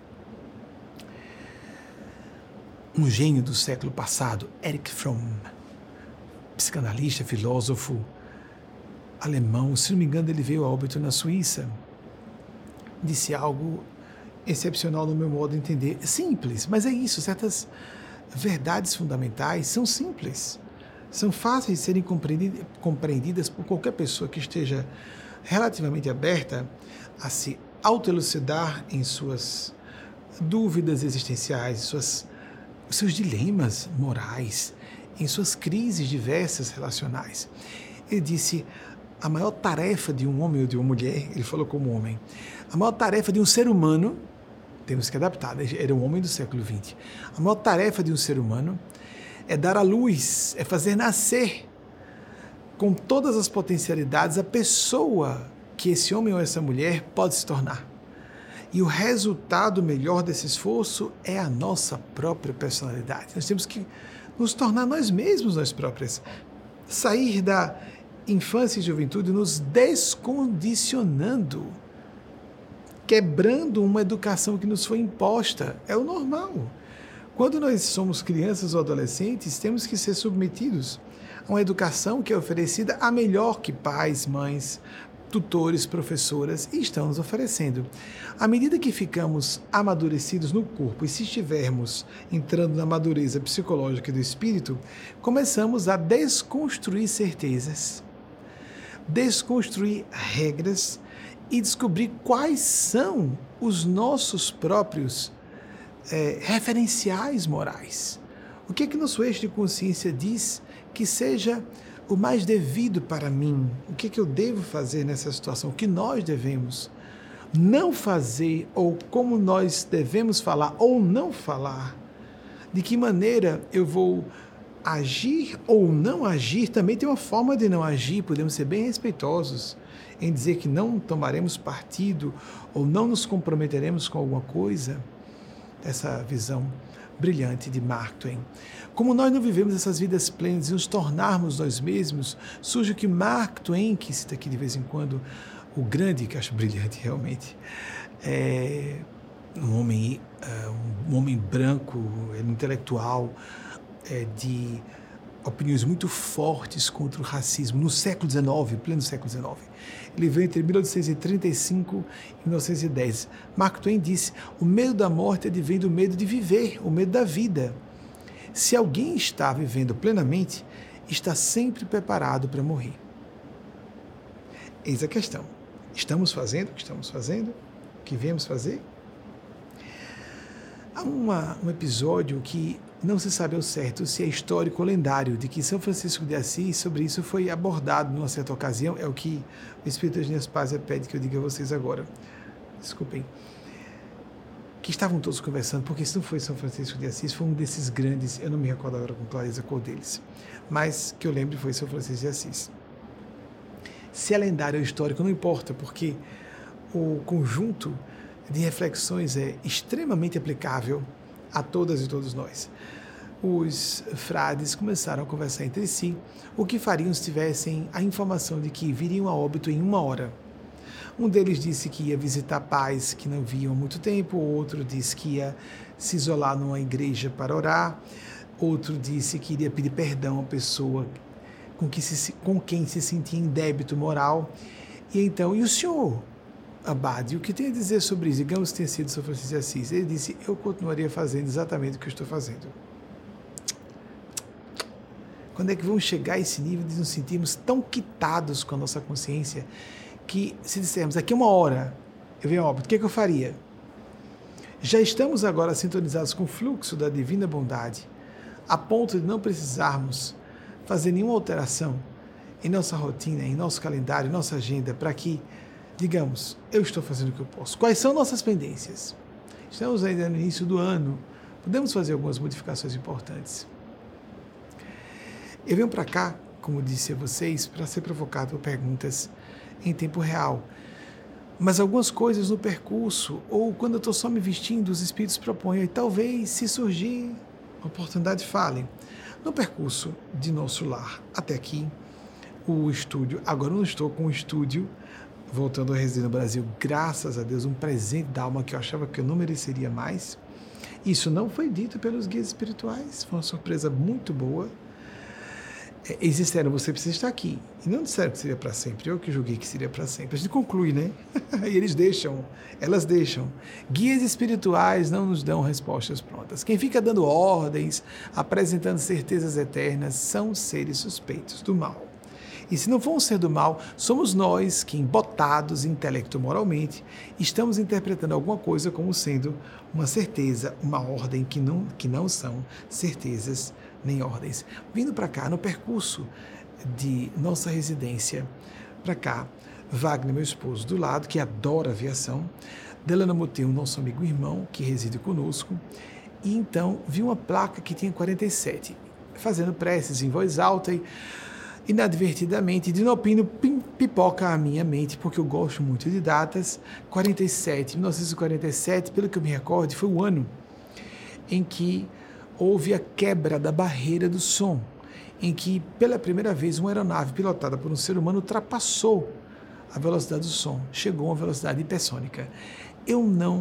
Um gênio do século passado, Erich Fromm, psicanalista, filósofo alemão, se não me engano ele veio a óbito na Suíça, disse algo excepcional no meu modo de entender. Simples, mas é isso, certas verdades fundamentais são simples, são fáceis de serem compreendidas por qualquer pessoa que esteja relativamente aberta a se autoelucidar em suas dúvidas existenciais, em seus dilemas morais, em suas crises diversas relacionais. Ele disse, a maior tarefa de um homem ou de uma mulher, ele falou como homem, a maior tarefa de um ser humano, temos que adaptar, né? Era um homem do século XX, a maior tarefa de um ser humano é dar à luz, é fazer nascer com todas as potencialidades a pessoa que esse homem ou essa mulher pode se tornar. E o resultado melhor desse esforço é a nossa própria personalidade. Nós temos que nos tornar nós mesmos, nós próprias. Sair da infância e juventude nos descondicionando, quebrando uma educação que nos foi imposta. É o normal. Quando nós somos crianças ou adolescentes, temos que ser submetidos a uma educação que é oferecida a melhor que pais, mães, tutores, professoras estão nos oferecendo. À medida que ficamos amadurecidos no corpo e se estivermos entrando na madureza psicológica do espírito, começamos a desconstruir certezas, desconstruir regras e descobrir quais são os nossos próprios referenciais morais. O que é que nosso eixo de consciência diz que seja o mais devido para mim? O que é que eu devo fazer nessa situação? O que nós devemos não fazer, ou como nós devemos falar ou não falar? De que maneira eu vou agir ou não agir? Também tem uma forma de não agir, podemos ser bem respeitosos em dizer que não tomaremos partido ou não nos comprometeremos com alguma coisa. Essa visão brilhante de Mark Twain. Como nós não vivemos essas vidas plenas e nos tornarmos nós mesmos, surge o que Mark Twain, que cita aqui de vez em quando, o grande, que acho brilhante realmente, um homem branco, intelectual, de opiniões muito fortes contra o racismo, no século XIX, pleno século XIX. Ele veio entre 1835 e 1910. Mark Twain disse: o medo da morte advém do medo de viver, o medo da vida. Se alguém está vivendo plenamente, está sempre preparado para morrer. Eis a questão. Estamos fazendo o que estamos fazendo? O que viemos fazer? Há um episódio que não se sabe ao certo se é histórico ou lendário, de que São Francisco de Assis, sobre isso foi abordado numa certa ocasião, é o que o Espírito Eugênio Spazia pede que eu diga a vocês agora. Desculpem. Que estavam todos conversando, porque se não foi São Francisco de Assis, foi um desses grandes, eu não me recordo agora com clareza a cor deles, mas que eu lembro foi São Francisco de Assis. Se é lendário ou histórico, não importa, porque o conjunto de reflexões é extremamente aplicável a todas e todos nós. Os frades começaram a conversar entre si o que fariam se tivessem a informação de que viriam a óbito em 1 hora. Um deles disse que ia visitar pais que não viam há muito tempo, outro disse que ia se isolar numa igreja para orar, outro disse que iria pedir perdão à pessoa com quem se sentia em débito moral. E então, e o senhor, Abade, o que tem a dizer sobre isso? Digamos que tenha sido São Francisco de Assis. Ele disse: eu continuaria fazendo exatamente o que eu estou fazendo. Quando é que vamos chegar a esse nível de nos sentirmos tão quitados com a nossa consciência que, se dissermos daqui 1 hora eu venho a óbito, o que é que eu faria? Já estamos agora sintonizados com o fluxo da divina bondade, a ponto de não precisarmos fazer nenhuma alteração em nossa rotina, em nosso calendário, em nossa agenda, para que digamos, eu estou fazendo o que eu posso. Quais são nossas pendências? Estamos ainda no início do ano, podemos fazer algumas modificações importantes. Eu venho para cá, como disse a vocês, para ser provocado por perguntas em tempo real. Mas algumas coisas no percurso, ou quando eu estou só me vestindo, os espíritos propõem, e talvez, se surgir uma oportunidade, falem. No percurso de nosso lar até aqui, o estúdio, agora eu não estou com o estúdio, voltando a residir no Brasil, graças a Deus, um presente da alma que eu achava que eu não mereceria mais. Isso não foi dito pelos guias espirituais, foi uma surpresa muito boa. Eles disseram: você precisa estar aqui. E não disseram que seria para sempre, eu que julguei que seria para sempre. A gente conclui, né? E elas deixam. Guias espirituais não nos dão respostas prontas. Quem fica dando ordens, apresentando certezas eternas, são seres suspeitos do mal. E se não for um ser do mal, somos nós que, embotados intelecto-moralmente, estamos interpretando alguma coisa como sendo uma certeza, uma ordem que não são certezas nem ordens. Vindo para cá, no percurso de nossa residência, para cá, Wagner, meu esposo, do lado, que adora aviação, Delano Moteu, nosso amigo irmão, que reside conosco, e então vi uma placa que tinha 47, fazendo preces em voz alta e inadvertidamente, de Nopino, pipoca a minha mente, porque eu gosto muito de datas. 1947, pelo que eu me recordo, foi o ano em que houve a quebra da barreira do som, em que, pela primeira vez, uma aeronave pilotada por um ser humano ultrapassou a velocidade do som, chegou a uma velocidade hipersônica. Eu não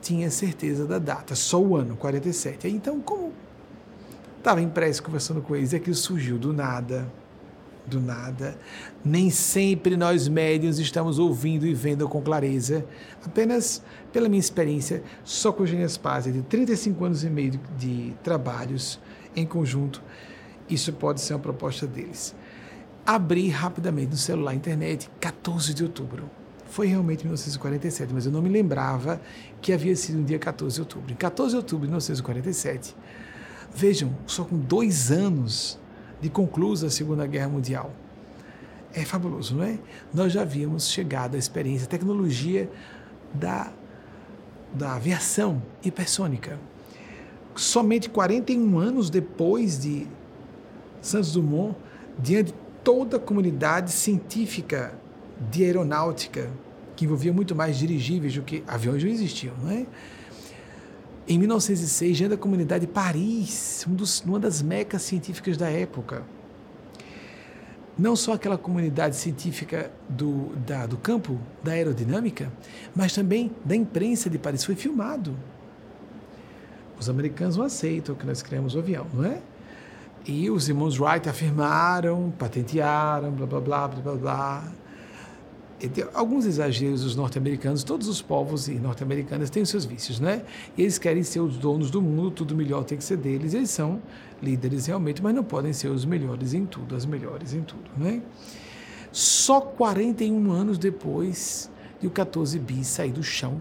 tinha certeza da data, só o ano, 47. Então, como estava impresso conversando com eles, aquilo surgiu do nada. Do nada. Nem sempre nós médiuns estamos ouvindo e vendo com clareza. Apenas pela minha experiência, só com o Eugênio Aspásia, de 35 anos e meio de trabalhos em conjunto, isso pode ser uma proposta deles. Abri rapidamente no celular a internet, 14 de outubro. Foi realmente 1947, mas eu não me lembrava que havia sido no dia 14 de outubro. Em 14 de outubro de 1947, vejam, só com 2 anos de conclusa a Segunda Guerra Mundial. É fabuloso, não é? Nós já havíamos chegado à experiência, à tecnologia da aviação hipersônica. Somente 41 anos depois de Santos Dumont, diante de toda a comunidade científica de aeronáutica, que envolvia muito mais dirigíveis do que aviões, não existiam, não é? Em 1906, já da comunidade de Paris, uma das mecas científicas da época. Não só aquela comunidade científica do campo da aerodinâmica, mas também da imprensa de Paris. Foi filmado. Os americanos não aceitam que nós criamos o avião, não é? E os irmãos Wright afirmaram, patentearam, blá, blá, blá, blá, blá, blá. Alguns exageros dos norte-americanos, todos os povos e norte-americanos têm os seus vícios, né? E eles querem ser os donos do mundo, tudo melhor tem que ser deles, eles são líderes realmente, mas não podem ser os melhores em tudo, as melhores em tudo, né? Só 41 anos depois de o 14 bis sair do chão,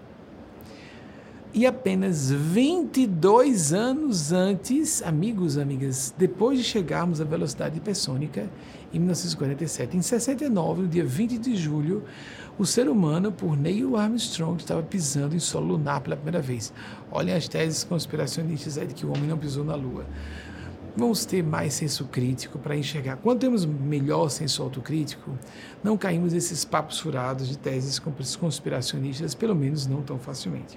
e apenas 22 anos antes, amigos, amigas, depois de chegarmos à velocidade hipersônica, em 1947, em 69, no dia 20 de julho, o ser humano, por Neil Armstrong, estava pisando em solo lunar pela primeira vez. Olhem as teses conspiracionistas aí de que o homem não pisou na Lua. Vamos ter mais senso crítico para enxergar. Quando temos melhor senso autocrítico, não caímos nesses papos furados de teses conspiracionistas, pelo menos não tão facilmente.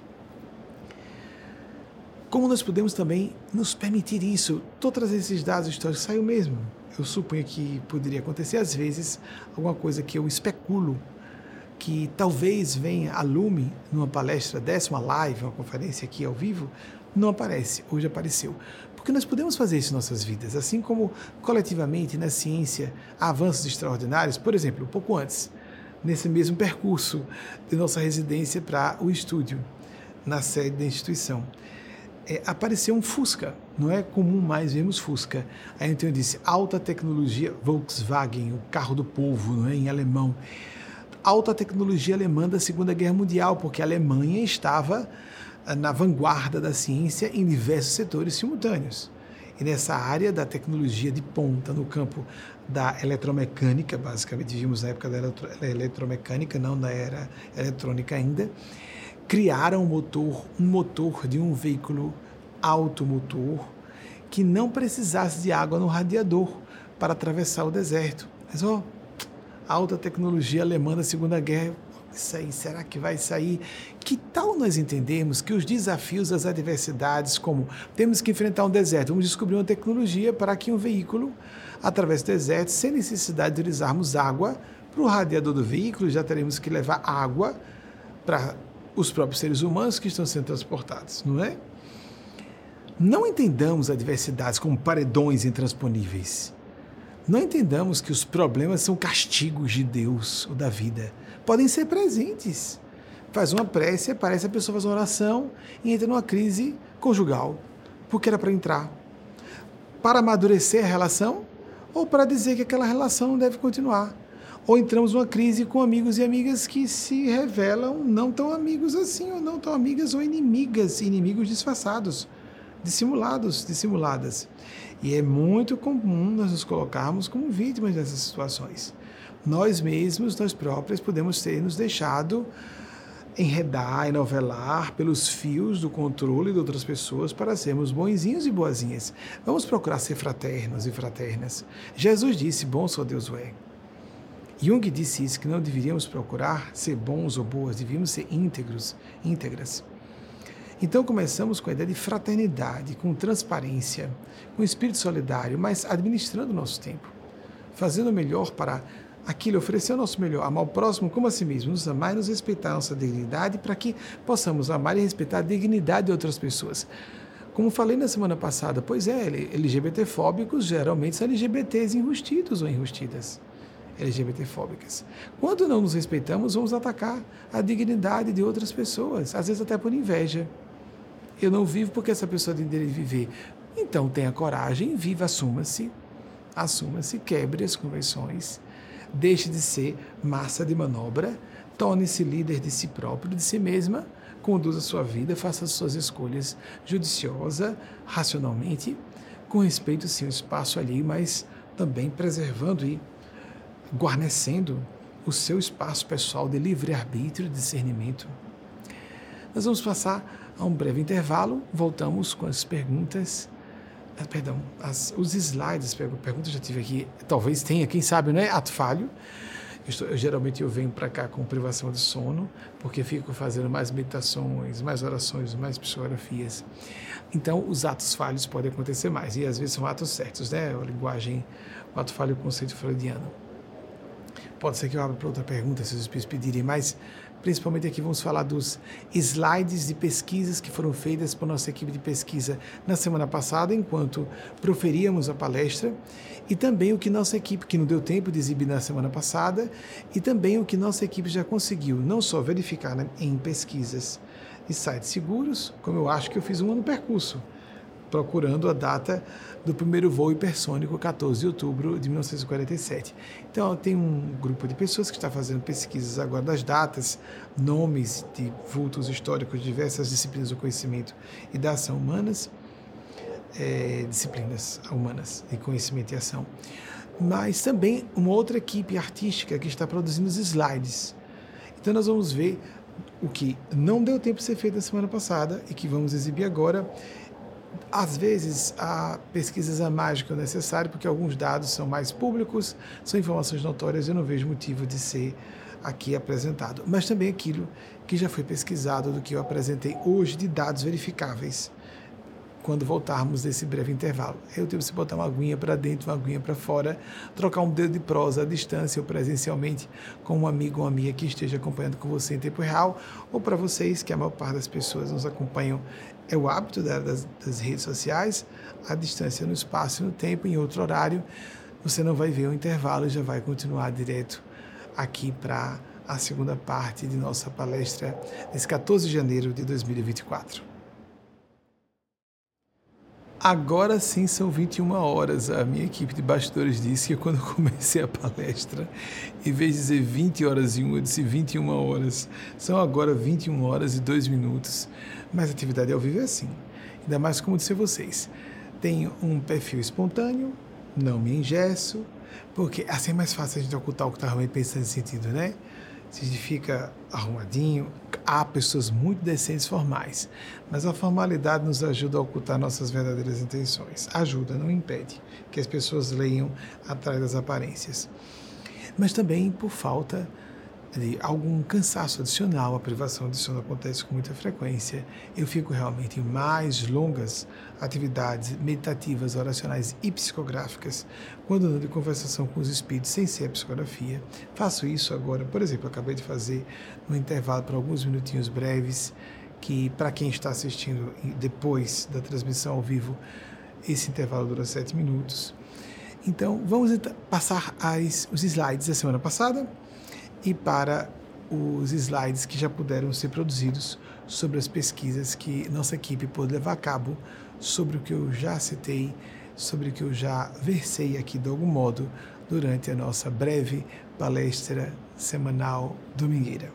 Como nós podemos também nos permitir isso? Estou trazendo esses dados históricos, saiu mesmo. Eu suponho que poderia acontecer, às vezes, alguma coisa que eu especulo, que talvez venha a lume numa palestra dessa, uma live, uma conferência aqui ao vivo, não aparece, hoje apareceu. Porque nós podemos fazer isso em nossas vidas, assim como coletivamente na ciência há avanços extraordinários. Por exemplo, um pouco antes, nesse mesmo percurso de nossa residência para o estúdio, na sede da instituição, apareceu um Fusca, não é comum mais vermos Fusca. Aí então eu disse, alta tecnologia, Volkswagen, o carro do povo, não é, em alemão. Alta tecnologia alemã da Segunda Guerra Mundial, porque a Alemanha estava na vanguarda da ciência em diversos setores simultâneos. E nessa área da tecnologia de ponta, no campo da eletromecânica, basicamente vimos na época da eletromecânica, não da era eletrônica ainda, criaram um motor de um veículo automotor que não precisasse de água no radiador para atravessar o deserto. Mas, alta tecnologia alemã da Segunda Guerra, isso aí, será que vai sair? Que tal nós entendermos que os desafios, as adversidades, como temos que enfrentar um deserto, vamos descobrir uma tecnologia para que um veículo atravesse o deserto, sem necessidade de utilizarmos água para o radiador do veículo, já teremos que levar água para os próprios seres humanos que estão sendo transportados, não é? Não entendamos adversidades como paredões intransponíveis. Não entendamos que os problemas são castigos de Deus ou da vida. Podem ser presentes. Faz uma prece, aparece a pessoa faz uma oração e entra numa crise conjugal, porque era para entrar. Para amadurecer a relação ou para dizer que aquela relação não deve continuar. Ou entramos numa crise com amigos e amigas que se revelam não tão amigos assim, ou não tão amigas ou inimigas, inimigos disfarçados, dissimuladas. E é muito comum nós nos colocarmos como vítimas dessas situações. Nós mesmos, nós próprios, podemos ter nos deixado enredar, enovelar pelos fios do controle de outras pessoas para sermos bonzinhos e boazinhas. Vamos procurar ser fraternos e fraternas. Jesus disse, bom só Deus é. Jung disse isso, que não deveríamos procurar ser bons ou boas, deveríamos ser íntegras. Então começamos com a ideia de fraternidade, com transparência, com espírito solidário, mas administrando o nosso tempo, fazendo o melhor para aquilo, oferecer o nosso melhor, amar o próximo como a si mesmo, nos amar e nos respeitar a nossa dignidade, para que possamos amar e respeitar a dignidade de outras pessoas. Como falei na semana passada, pois é, LGBT-fóbicos geralmente são LGBTs enrustidos ou enrustidas. LGBT-fóbicas. Quando não nos respeitamos, vamos atacar a dignidade de outras pessoas, às vezes até por inveja. Eu não vivo porque essa pessoa tem direito de viver. Então tenha coragem, viva, assuma-se, quebre as convenções, deixe de ser massa de manobra, torne-se líder de si próprio, de si mesma, conduza a sua vida, faça as suas escolhas judiciosa, racionalmente, com respeito sim ao espaço alheio, mas também preservando e guarnecendo o seu espaço pessoal de livre-arbítrio e discernimento. Nós vamos passar a um breve intervalo, voltamos com as perguntas, os slides, perguntas já tive aqui, talvez tenha, quem sabe, né? Ato falho. Geralmente eu venho para cá com privação de sono, porque fico fazendo mais meditações, mais orações, mais psicografias. Então, os atos falhos podem acontecer mais, e às vezes são atos certos, né? A linguagem, o ato falho é o conceito freudiano. Pode ser que eu abra para outra pergunta, se os espíritos pedirem, mas principalmente aqui vamos falar dos slides de pesquisas que foram feitas por nossa equipe de pesquisa na semana passada, enquanto proferíamos a palestra, e também o que nossa equipe, que não deu tempo de exibir na semana passada, e também o que nossa equipe já conseguiu, não só verificar em pesquisas de sites seguros, como eu acho que eu fiz um ano percurso, procurando a data do primeiro voo hipersônico, 14 de outubro de 1947. Então, tem um grupo de pessoas que está fazendo pesquisas agora das datas, nomes de vultos históricos de diversas disciplinas do conhecimento e da ação humanas, disciplinas humanas de conhecimento e ação, mas também uma outra equipe artística que está produzindo os slides. Então, nós vamos ver o que não deu tempo de ser feito na semana passada e que vamos exibir agora. Às vezes, a pesquisas a mais do que o necessário, porque alguns dados são mais públicos, são informações notórias, eu não vejo motivo de ser aqui apresentado. Mas também aquilo que já foi pesquisado, do que eu apresentei hoje, de dados verificáveis, quando voltarmos desse breve intervalo. Eu tenho que botar uma aguinha para dentro, uma aguinha para fora, trocar um dedo de prosa à distância ou presencialmente com um amigo ou uma amiga que esteja acompanhando com você em tempo real, ou para vocês, que a maior parte das pessoas nos acompanham, é o hábito das redes sociais, à distância no espaço e no tempo, em outro horário, você não vai ver o intervalo e já vai continuar direto aqui para a segunda parte de nossa palestra desse 14 de janeiro de 2024. Agora sim são 21 horas. A minha equipe de bastidores disse que quando eu comecei a palestra, em vez de dizer 20 horas e 1, eu disse 21 horas. São agora 21 horas e 2 minutos. Mas a atividade ao vivo é assim. Ainda mais como disse a vocês. Tenho um perfil espontâneo, não me engesso, porque assim é mais fácil a gente ocultar o que está realmente pensando nesse sentido, né? Se fica arrumadinho, há pessoas muito decentes formais, mas a formalidade nos ajuda a ocultar nossas verdadeiras intenções. Ajuda, não impede que as pessoas leiam atrás das aparências. Mas também por falta de algum cansaço adicional, a privação de sono acontece com muita frequência. Eu fico realmente em mais longas atividades meditativas, oracionais e psicográficas, quando ando de conversação com os espíritos sem ser a psicografia. Faço isso agora, por exemplo, acabei de fazer no intervalo para alguns minutinhos breves, que para quem está assistindo depois da transmissão ao vivo, esse intervalo dura 7 minutos. Então, vamos passar os slides da semana passada, e para os slides que já puderam ser produzidos sobre as pesquisas que nossa equipe pôde levar a cabo, sobre o que eu já citei, sobre o que eu já versei aqui de algum modo durante a nossa breve palestra semanal domingueira.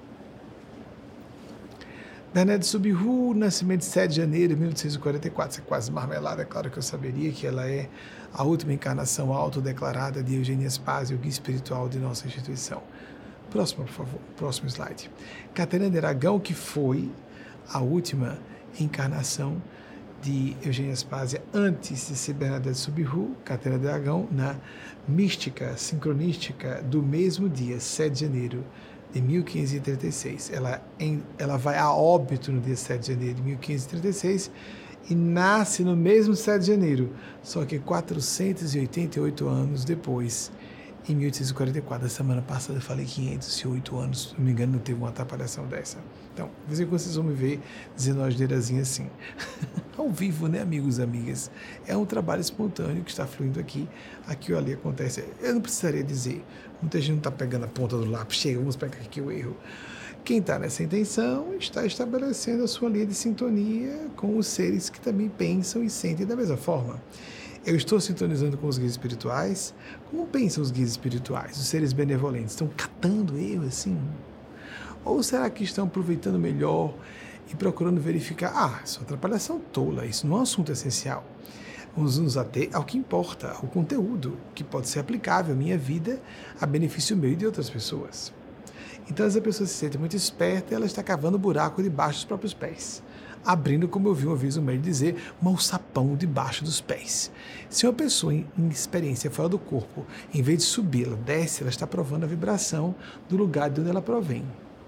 Bernadette Subiru, nascimento de 7 de janeiro de 1844, isso é quase marmelada, é claro que eu saberia que ela é a última encarnação autodeclarada de Eugênia Spazio, o guia espiritual de nossa instituição. Próximo, por favor. Próximo slide. Catarina de Aragão, que foi a última encarnação de Eugênia Spazia antes de ser Bernadette Subiru, Catarina de Aragão, na mística sincronística do mesmo dia, 7 de janeiro de 1536. Ela vai a óbito no dia 7 de janeiro de 1536 e nasce no mesmo 7 de janeiro, só que 488 anos depois, em 1844. A semana passada eu falei 508 anos, se não me engano, não teve uma atrapalhação dessa. Então, de vez em quando vocês vão me ver dizendo uma asneirazinha assim. Ao vivo, né, amigos e amigas? É um trabalho espontâneo que está fluindo aqui ou ali acontece. Eu não precisaria dizer, muita gente não está pegando a ponta do lápis, chega, vamos pegar aqui o erro. Quem está nessa intenção está estabelecendo a sua linha de sintonia com os seres que também pensam e sentem da mesma forma. Eu estou sintonizando com os guias espirituais. Como pensam os guias espirituais? Os seres benevolentes estão catando eu assim? Ou será que estão aproveitando melhor e procurando verificar, isso é uma atrapalhação tola, isso não é um assunto essencial. Vamos nos ater ao que importa, ao conteúdo que pode ser aplicável à minha vida, a benefício meu e de outras pessoas. Então, se a pessoa se sente muito esperta, ela está cavando buraco debaixo dos próprios pés, abrindo, como eu vi uma vez um médico dizer, um alçapão debaixo dos pés. Se uma pessoa em experiência fora do corpo, em vez de subir, ela desce, ela está provando a vibração do lugar de onde ela provém.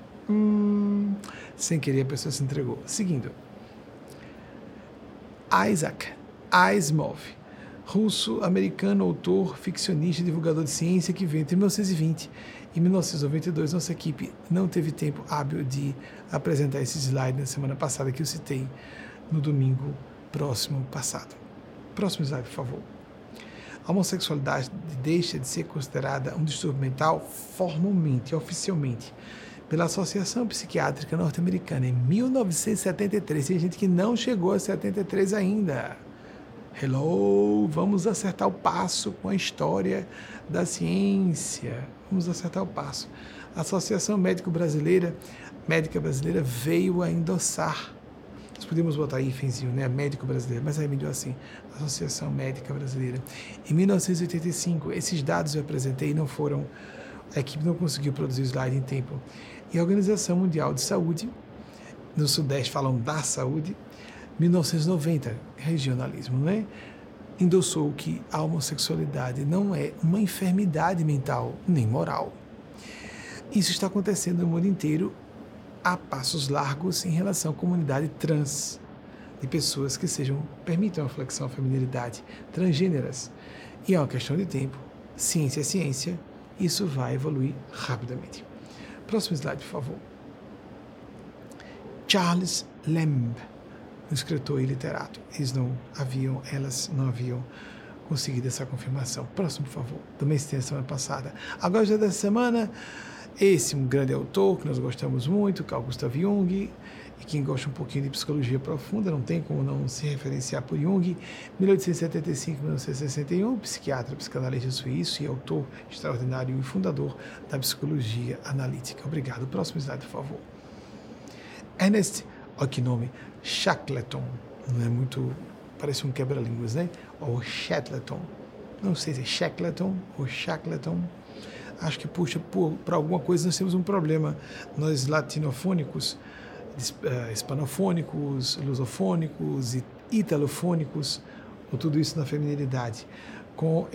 Sem querer a pessoa se entregou. Seguindo. Isaac Asimov, russo-americano, autor, ficcionista e divulgador de ciência que veio entre 1920 e 1992. Nossa equipe não teve tempo hábil de apresentar esse slide na semana passada que eu citei no domingo próximo passado. Próximo slide, por favor. A homossexualidade deixa de ser considerada um distúrbio mental formalmente, oficialmente, pela Associação Psiquiátrica Norte-Americana em 1973. Tem gente que não chegou a 73 ainda. Hello, vamos acertar o passo com a história da ciência. Vamos acertar o passo. A Associação Médica Brasileira veio a endossar. Nós podemos botar aí, fenzinho, né? Médico Brasileiro, mas aí me deu assim, Associação Médica Brasileira. Em 1985, esses dados eu apresentei não foram, a equipe não conseguiu produzir o slide em tempo. E a Organização Mundial de Saúde, no Sudeste falam da saúde, 1990, regionalismo, não é? Endossou que a homossexualidade não é uma enfermidade mental nem moral. Isso está acontecendo no mundo inteiro a passos largos em relação à comunidade trans, de pessoas que permitam a flexão, a feminilidade, transgêneras. E é uma questão de tempo. Ciência é ciência, isso vai evoluir rapidamente. Próximo slide, por favor. Charles Lamb, um escritor e literato. Elas não haviam conseguido essa confirmação. Próximo, por favor. Também se tem a semana passada. Agora, já dessa semana, um grande autor que nós gostamos muito, Carl Gustav Jung, e quem gosta um pouquinho de psicologia profunda, não tem como não se referenciar por Jung, 1875-1961, psiquiatra, psicanalista suíço e autor extraordinário e fundador da psicologia analítica. Obrigado. Próximo slide, por favor. Ernest, olha que nome, Shackleton, não é muito, parece um quebra-línguas, né? Ou Shackleton, não sei se é Shackleton ou Shackleton, acho que puxa para alguma coisa. Nós temos um problema, nós latinofônicos, hispanofônicos, lusofônicos e italofônicos, ou tudo isso na feminilidade, com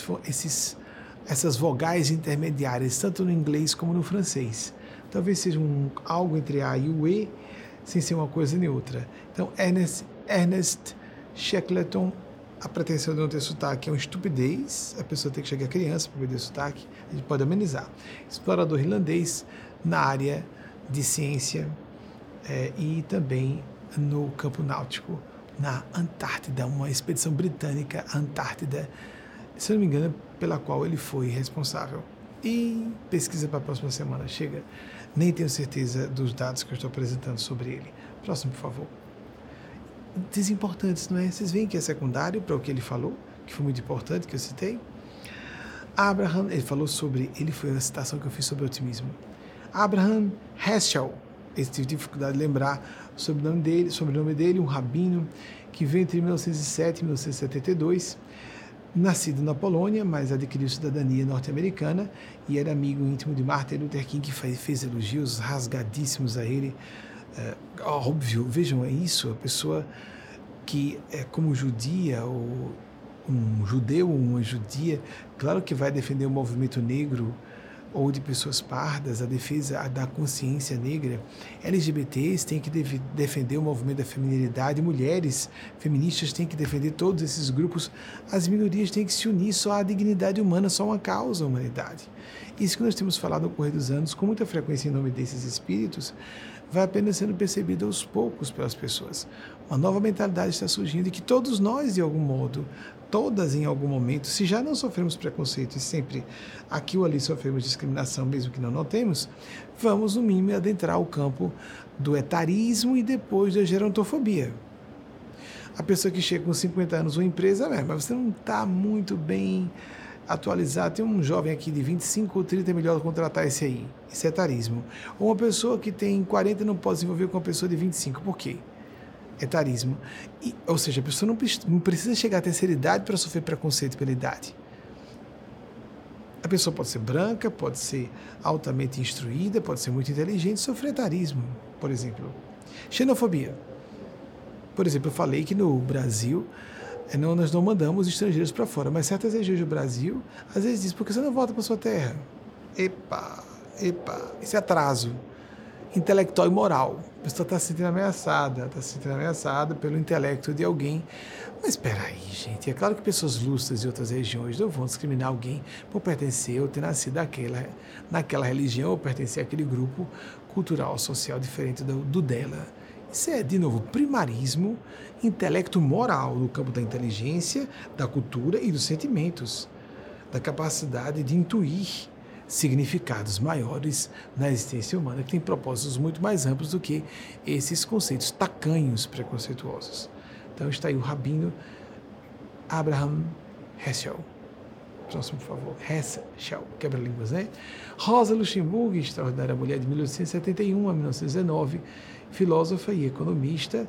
essas vogais intermediárias, tanto no inglês como no francês. Talvez seja algo entre A e o E, sem ser uma coisa nem outra. Então, Ernest Shackleton, a pretensão de não ter sotaque é uma estupidez, a pessoa tem que chegar criança para perder sotaque, a gente pode amenizar. Explorador irlandês na área de ciência e também no campo náutico, na Antártida, uma expedição britânica à Antártida, se não me engano, pela qual ele foi responsável. E pesquisa para a próxima semana, chega. Nem tenho certeza dos dados que eu estou apresentando sobre ele. Próximo, por favor. Desimportantes, não é? Vocês veem que é secundário para o que ele falou, que foi muito importante, que eu citei. Abraham, ele foi a citação que eu fiz sobre otimismo. Abraham Heschel, esse tive dificuldade de lembrar o sobrenome dele, um rabino que veio entre 1907 e 1972, nascido na Polônia, mas adquiriu cidadania norte-americana e era amigo íntimo de Martin Luther King, que fez elogios rasgadíssimos a ele. Óbvio, vejam, é isso, a pessoa que é como judia, ou um judeu ou uma judia, claro que vai defender o movimento negro ou de pessoas pardas, a defesa da consciência negra, LGBTs têm que defender o movimento da feminilidade, mulheres feministas têm que defender todos esses grupos, as minorias têm que se unir, só a dignidade humana, só uma causa, a humanidade. Isso que nós temos falado no correr dos anos, com muita frequência em nome desses espíritos, vai apenas sendo percebido aos poucos pelas pessoas. Uma nova mentalidade está surgindo e que todos nós, de algum modo, todas em algum momento, se já não sofremos preconceito e sempre aqui ou ali sofremos discriminação, mesmo que não notemos, vamos, no mínimo, adentrar o campo do etarismo e depois da gerontofobia. A pessoa que chega com 50 anos uma empresa, mas você não está muito bem atualizado. Tem um jovem aqui de 25 ou 30, é melhor contratar esse aí. Isso é etarismo. Ou uma pessoa que tem 40 não pode se envolver com uma pessoa de 25. Por quê? Etarismo. Ou seja, a pessoa não precisa chegar à terceira idade para sofrer preconceito pela idade. A pessoa pode ser branca, pode ser altamente instruída, pode ser muito inteligente, sofrer etarismo, por exemplo. Xenofobia. Por exemplo, eu falei que no Brasil nós não mandamos estrangeiros para fora, mas certas regiões do Brasil, às vezes diz, por que você não volta para sua terra? Epa, isso é atraso intelectual e moral. A pessoa está se sentindo ameaçada pelo intelecto de alguém. Mas espera aí, gente, é claro que pessoas lúcidas de outras regiões não vão discriminar alguém por pertencer ou ter nascido naquela religião ou pertencer àquele grupo cultural, social diferente do dela. Isso é, de novo, primarismo, intelecto moral no campo da inteligência, da cultura e dos sentimentos, da capacidade de intuir significados maiores na existência humana, que tem propósitos muito mais amplos do que esses conceitos tacanhos preconceituosos. Então está aí o Rabino Abraham Heschel. Próximo, por favor. Heschel, quebra-línguas, né? Rosa Luxemburg, extraordinária mulher de 1871 a 1919, filósofa e economista,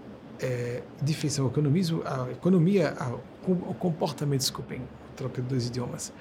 de feição ao economismo, a economia, o comportamento, desculpem, troca de dois idiomas.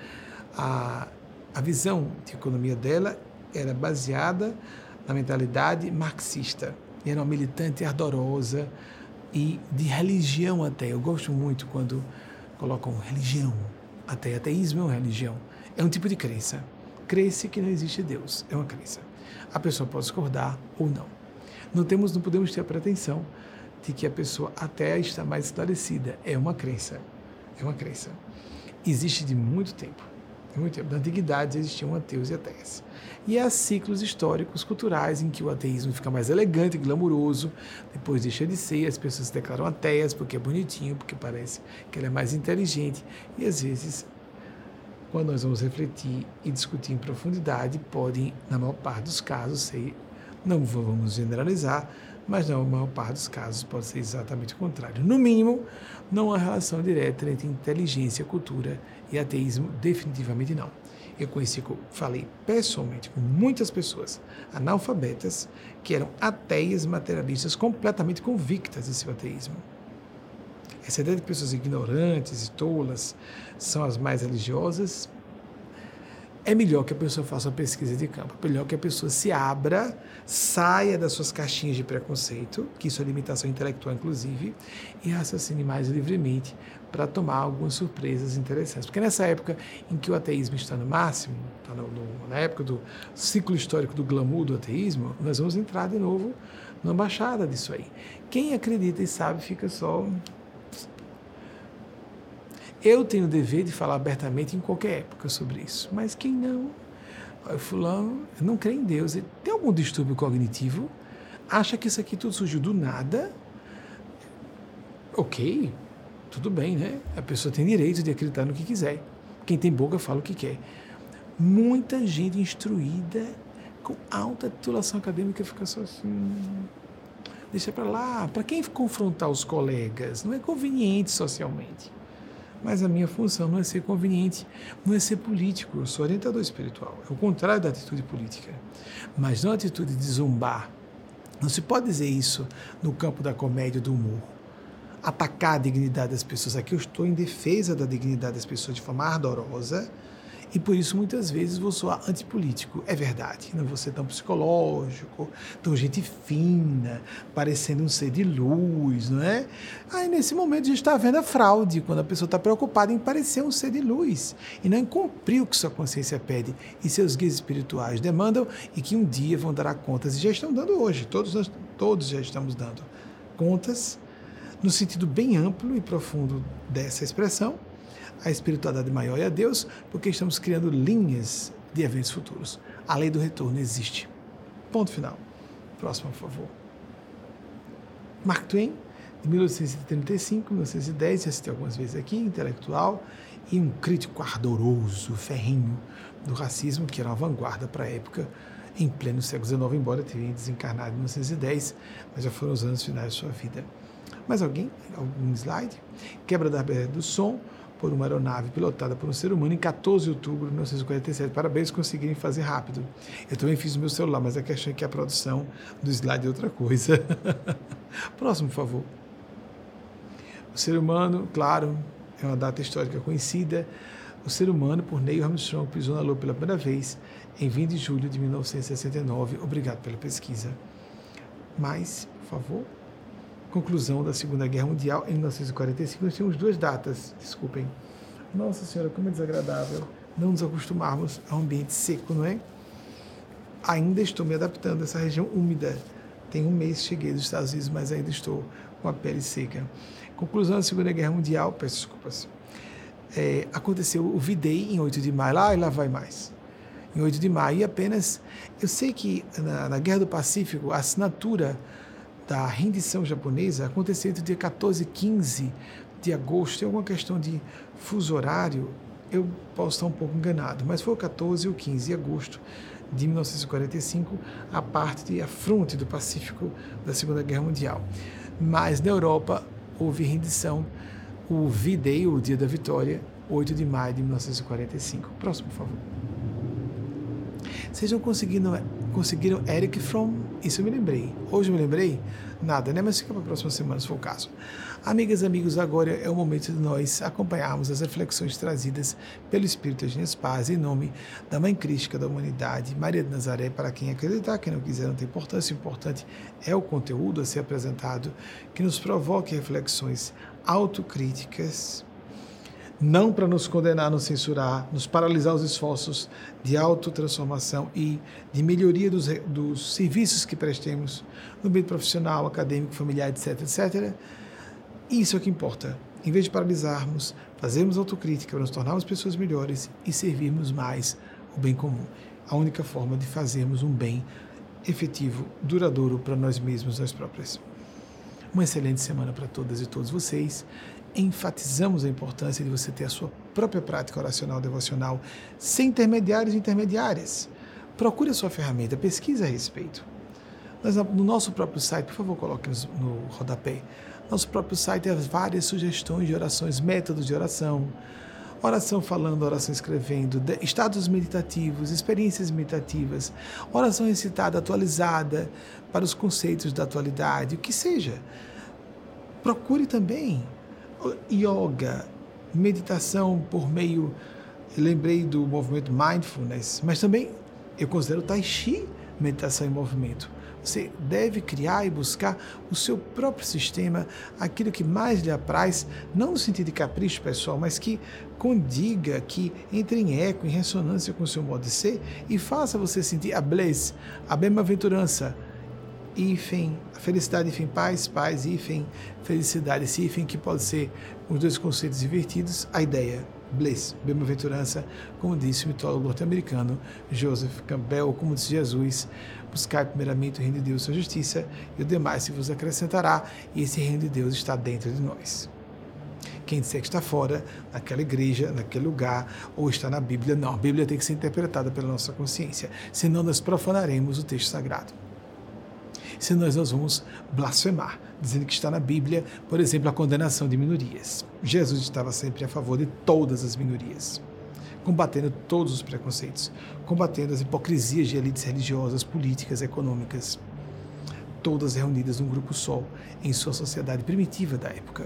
A visão de economia dela era baseada na mentalidade marxista. E era uma militante ardorosa e de religião até. Eu gosto muito quando colocam religião. Até ateísmo é uma religião. É um tipo de crença. Crença que não existe Deus. É uma crença. A pessoa pode discordar ou não. Não podemos ter a pretensão de que a pessoa até está mais esclarecida. É uma crença. É uma crença. Existe de muito tempo. Na antiguidade existiam ateus e ateias. E há ciclos históricos, culturais, em que o ateísmo fica mais elegante, glamuroso, depois deixa de ser, as pessoas se declaram ateias porque é bonitinho, porque parece que ela é mais inteligente. E às vezes, quando nós vamos refletir e discutir em profundidade, podem, na maior parte dos casos, ser, não vamos generalizar, mas na maior parte dos casos pode ser exatamente o contrário. No mínimo, não há relação direta entre inteligência, cultura e ateísmo, definitivamente não. Eu falei pessoalmente com muitas pessoas analfabetas que eram ateias materialistas completamente convictas de seu ateísmo. Essa ideia de que pessoas ignorantes e tolas são as mais religiosas, é melhor que a pessoa faça uma pesquisa de campo, é melhor que a pessoa se abra, saia das suas caixinhas de preconceito, que isso é limitação intelectual inclusive, e raciocine mais livremente para tomar algumas surpresas interessantes. Porque nessa época em que o ateísmo está no máximo, está na época do ciclo histórico do glamour do ateísmo, nós vamos entrar de novo numa baixada disso aí. Quem acredita e sabe fica só... Eu tenho o dever de falar abertamente em qualquer época sobre isso, mas quem não, fulano, não crê em Deus, ele tem algum distúrbio cognitivo, acha que isso aqui tudo surgiu do nada, ok, tudo bem, né? A pessoa tem direito de acreditar no que quiser, quem tem boca fala o que quer. Muita gente instruída, com alta titulação acadêmica, fica só assim, deixa para lá, para quem confrontar os colegas, não é conveniente socialmente. Mas a minha função não é ser conveniente, não é ser político, eu sou orientador espiritual, é o contrário da atitude política, mas não a atitude de zombar. Não se pode dizer isso no campo da comédia, do humor, atacar a dignidade das pessoas. Aqui eu estou em defesa da dignidade das pessoas de forma ardorosa E por isso, muitas vezes, vou soar antipolítico. É verdade, não vou ser tão psicológico, tão gente fina, parecendo um ser de luz, não é? Aí, nesse momento, a gente está vendo a fraude, quando a pessoa está preocupada em parecer um ser de luz e não em cumprir o que sua consciência pede e seus guias espirituais demandam e que um dia vão dar contas. E já estão dando hoje, todos já estamos dando contas, no sentido bem amplo e profundo dessa expressão. A espiritualidade maior é a Deus, porque estamos criando linhas de eventos futuros. A lei do retorno existe. Ponto final. Próximo, por favor. Mark Twain, de 1835, 1910, já citei algumas vezes aqui, intelectual e um crítico ardoroso, ferrinho do racismo, que era uma vanguarda para a época, em pleno século XIX, embora tenha desencarnado em 1910, mas já foram os anos finais de sua vida. Mais alguém? Algum slide? Quebra da barreira do som por uma aeronave pilotada por um ser humano em 14 de outubro de 1947. Parabéns, conseguirem fazer rápido. Eu também fiz no meu celular, mas a questão é que a produção do slide é outra coisa. Próximo, por favor. O ser humano, claro, é uma data histórica conhecida. O ser humano, por Neil Armstrong, pisou na Lua pela primeira vez em 20 de julho de 1969. Obrigado pela pesquisa. Mais, por favor. Conclusão da Segunda Guerra Mundial em 1945. Nós temos duas datas, desculpem. Nossa Senhora, como é desagradável não nos acostumarmos a um ambiente seco, não é? Ainda estou me adaptando a essa região úmida. Tem um mês que cheguei dos Estados Unidos, mas ainda estou com a pele seca. Conclusão da Segunda Guerra Mundial, peço desculpas. Aconteceu o V-Day em 8 de maio, lá vai mais. Em 8 de maio, e apenas, eu sei que na Guerra do Pacífico, a assinatura da rendição japonesa aconteceu entre o dia 14 e 15 de agosto. Tem alguma questão de fuso horário, eu posso estar um pouco enganado, mas foi o 14 ou 15 de agosto de 1945, a parte, a fronte do Pacífico da Segunda Guerra Mundial. Mas na Europa houve rendição, o V-Day, o Dia da Vitória, 8 de maio de 1945. Próximo, por favor. Vocês não conseguiram Eric Fromm? Isso eu me lembrei. Hoje eu me lembrei? Nada, né? Mas fica para a próxima semana, se for o caso. Amigas e amigos, agora é o momento de nós acompanharmos as reflexões trazidas pelo Espírito Eugênio Spaz, em nome da Mãe Crística da Humanidade, Maria de Nazaré, para quem acreditar, quem não quiser não tem importância. O importante é o conteúdo a ser apresentado, que nos provoque reflexões autocríticas, não para nos condenar, nos censurar, nos paralisar os esforços de autotransformação e de melhoria dos serviços que prestemos no meio profissional, acadêmico, familiar, etc, etc. Isso é o que importa. Em vez de paralisarmos, fazermos autocrítica para nos tornarmos pessoas melhores e servirmos mais o bem comum. A única forma de fazermos um bem efetivo, duradouro para nós mesmos, nós próprios. Uma excelente semana para todas e todos vocês. Enfatizamos a importância de você ter a sua própria prática oracional devocional, sem intermediários e intermediárias. Procure a sua ferramenta, pesquise a respeito. No nosso próprio site, por favor, coloque no rodapé, nosso próprio site, há várias sugestões de orações, métodos de oração, oração falando, oração escrevendo, estados meditativos, experiências meditativas, oração recitada, atualizada para os conceitos da atualidade, o que seja. Procure também yoga, meditação por meio, lembrei do movimento mindfulness, mas também eu considero tai chi meditação em movimento. Você deve criar e buscar o seu próprio sistema, aquilo que mais lhe apraz, não no sentido de capricho pessoal, mas que condiga, que entre em eco, em ressonância com o seu modo de ser e faça você sentir a bliss, a bem-aventurança, hífen, felicidade, hífen, paz, hífen, felicidade, esse hífen que pode ser os dois conceitos invertidos, a ideia, bliss, bem-aventurança, como disse o mitólogo norte-americano Joseph Campbell, como disse Jesus, buscai primeiramente o reino de Deus e sua justiça, e o demais se vos acrescentará, e esse reino de Deus está dentro de nós. Quem disser que está fora, naquela igreja, naquele lugar, ou está na Bíblia, não, a Bíblia tem que ser interpretada pela nossa consciência, senão nós profanaremos o texto sagrado. Senão nós vamos blasfemar, dizendo que está na Bíblia, por exemplo, a condenação de minorias. Jesus estava sempre a favor de todas as minorias, combatendo todos os preconceitos, combatendo as hipocrisias de elites religiosas, políticas, econômicas, todas reunidas num grupo só, em sua sociedade primitiva da época,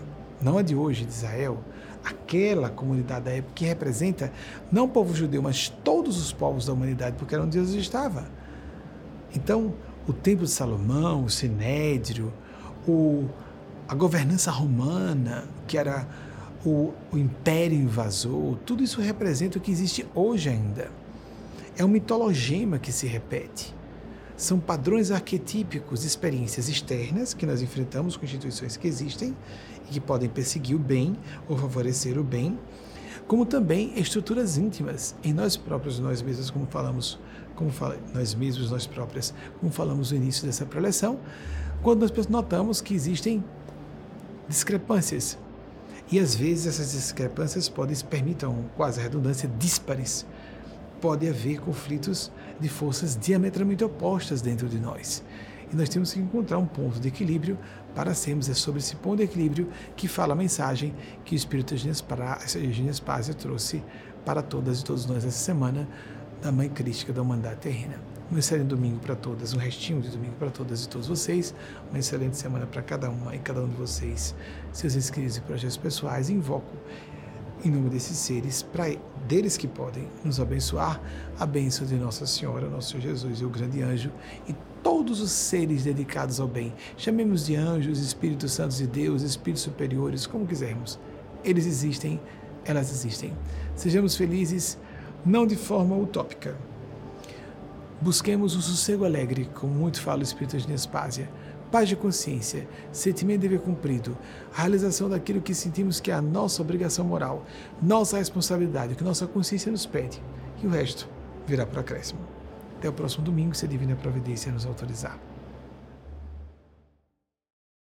não a de hoje, de Israel, aquela comunidade da época que representa não o povo judeu, mas todos os povos da humanidade, porque era onde Deus estava. Então, o Templo de Salomão, o Sinédrio, a governança romana, que era o império invasor, tudo isso representa o que existe hoje ainda. É um mitologema que se repete. São padrões arquetípicos de experiências externas que nós enfrentamos com instituições que existem e que podem perseguir o bem ou favorecer o bem, como também estruturas íntimas em nós próprios, nós mesmos, nós mesmos, nós próprias, como falamos no início dessa preleção, quando nós notamos que existem discrepâncias. E às vezes essas discrepâncias permitam, quase a redundância, díspares. Pode haver conflitos de forças diametralmente opostas dentro de nós. E nós temos que encontrar um ponto de equilíbrio para sermos sobre esse ponto de equilíbrio que fala a mensagem que o Espírito Eugênio Spásia trouxe para todas e todos nós essa semana da Mãe Crística da Humanidade Terrena. Um excelente domingo para todas, um restinho de domingo para todas e todos vocês, uma excelente semana para cada uma e cada um de vocês, seus inscritos e projetos pessoais. Invoco em nome desses seres, deles que podem nos abençoar, a bênção de Nossa Senhora, Nosso Senhor Jesus e o grande anjo, e todos os seres dedicados ao bem. Chamemos de anjos, Espíritos Santos de Deus, Espíritos superiores, como quisermos. Eles existem, elas existem. Sejamos felizes, não de forma utópica. Busquemos o sossego alegre, como muito fala o Espírito de Nespásia, paz de consciência, sentimento de dever cumprido, a realização daquilo que sentimos que é a nossa obrigação moral, nossa responsabilidade, que nossa consciência nos pede, e o resto virá por acréscimo. Até o próximo domingo, se a Divina Providência nos autorizar.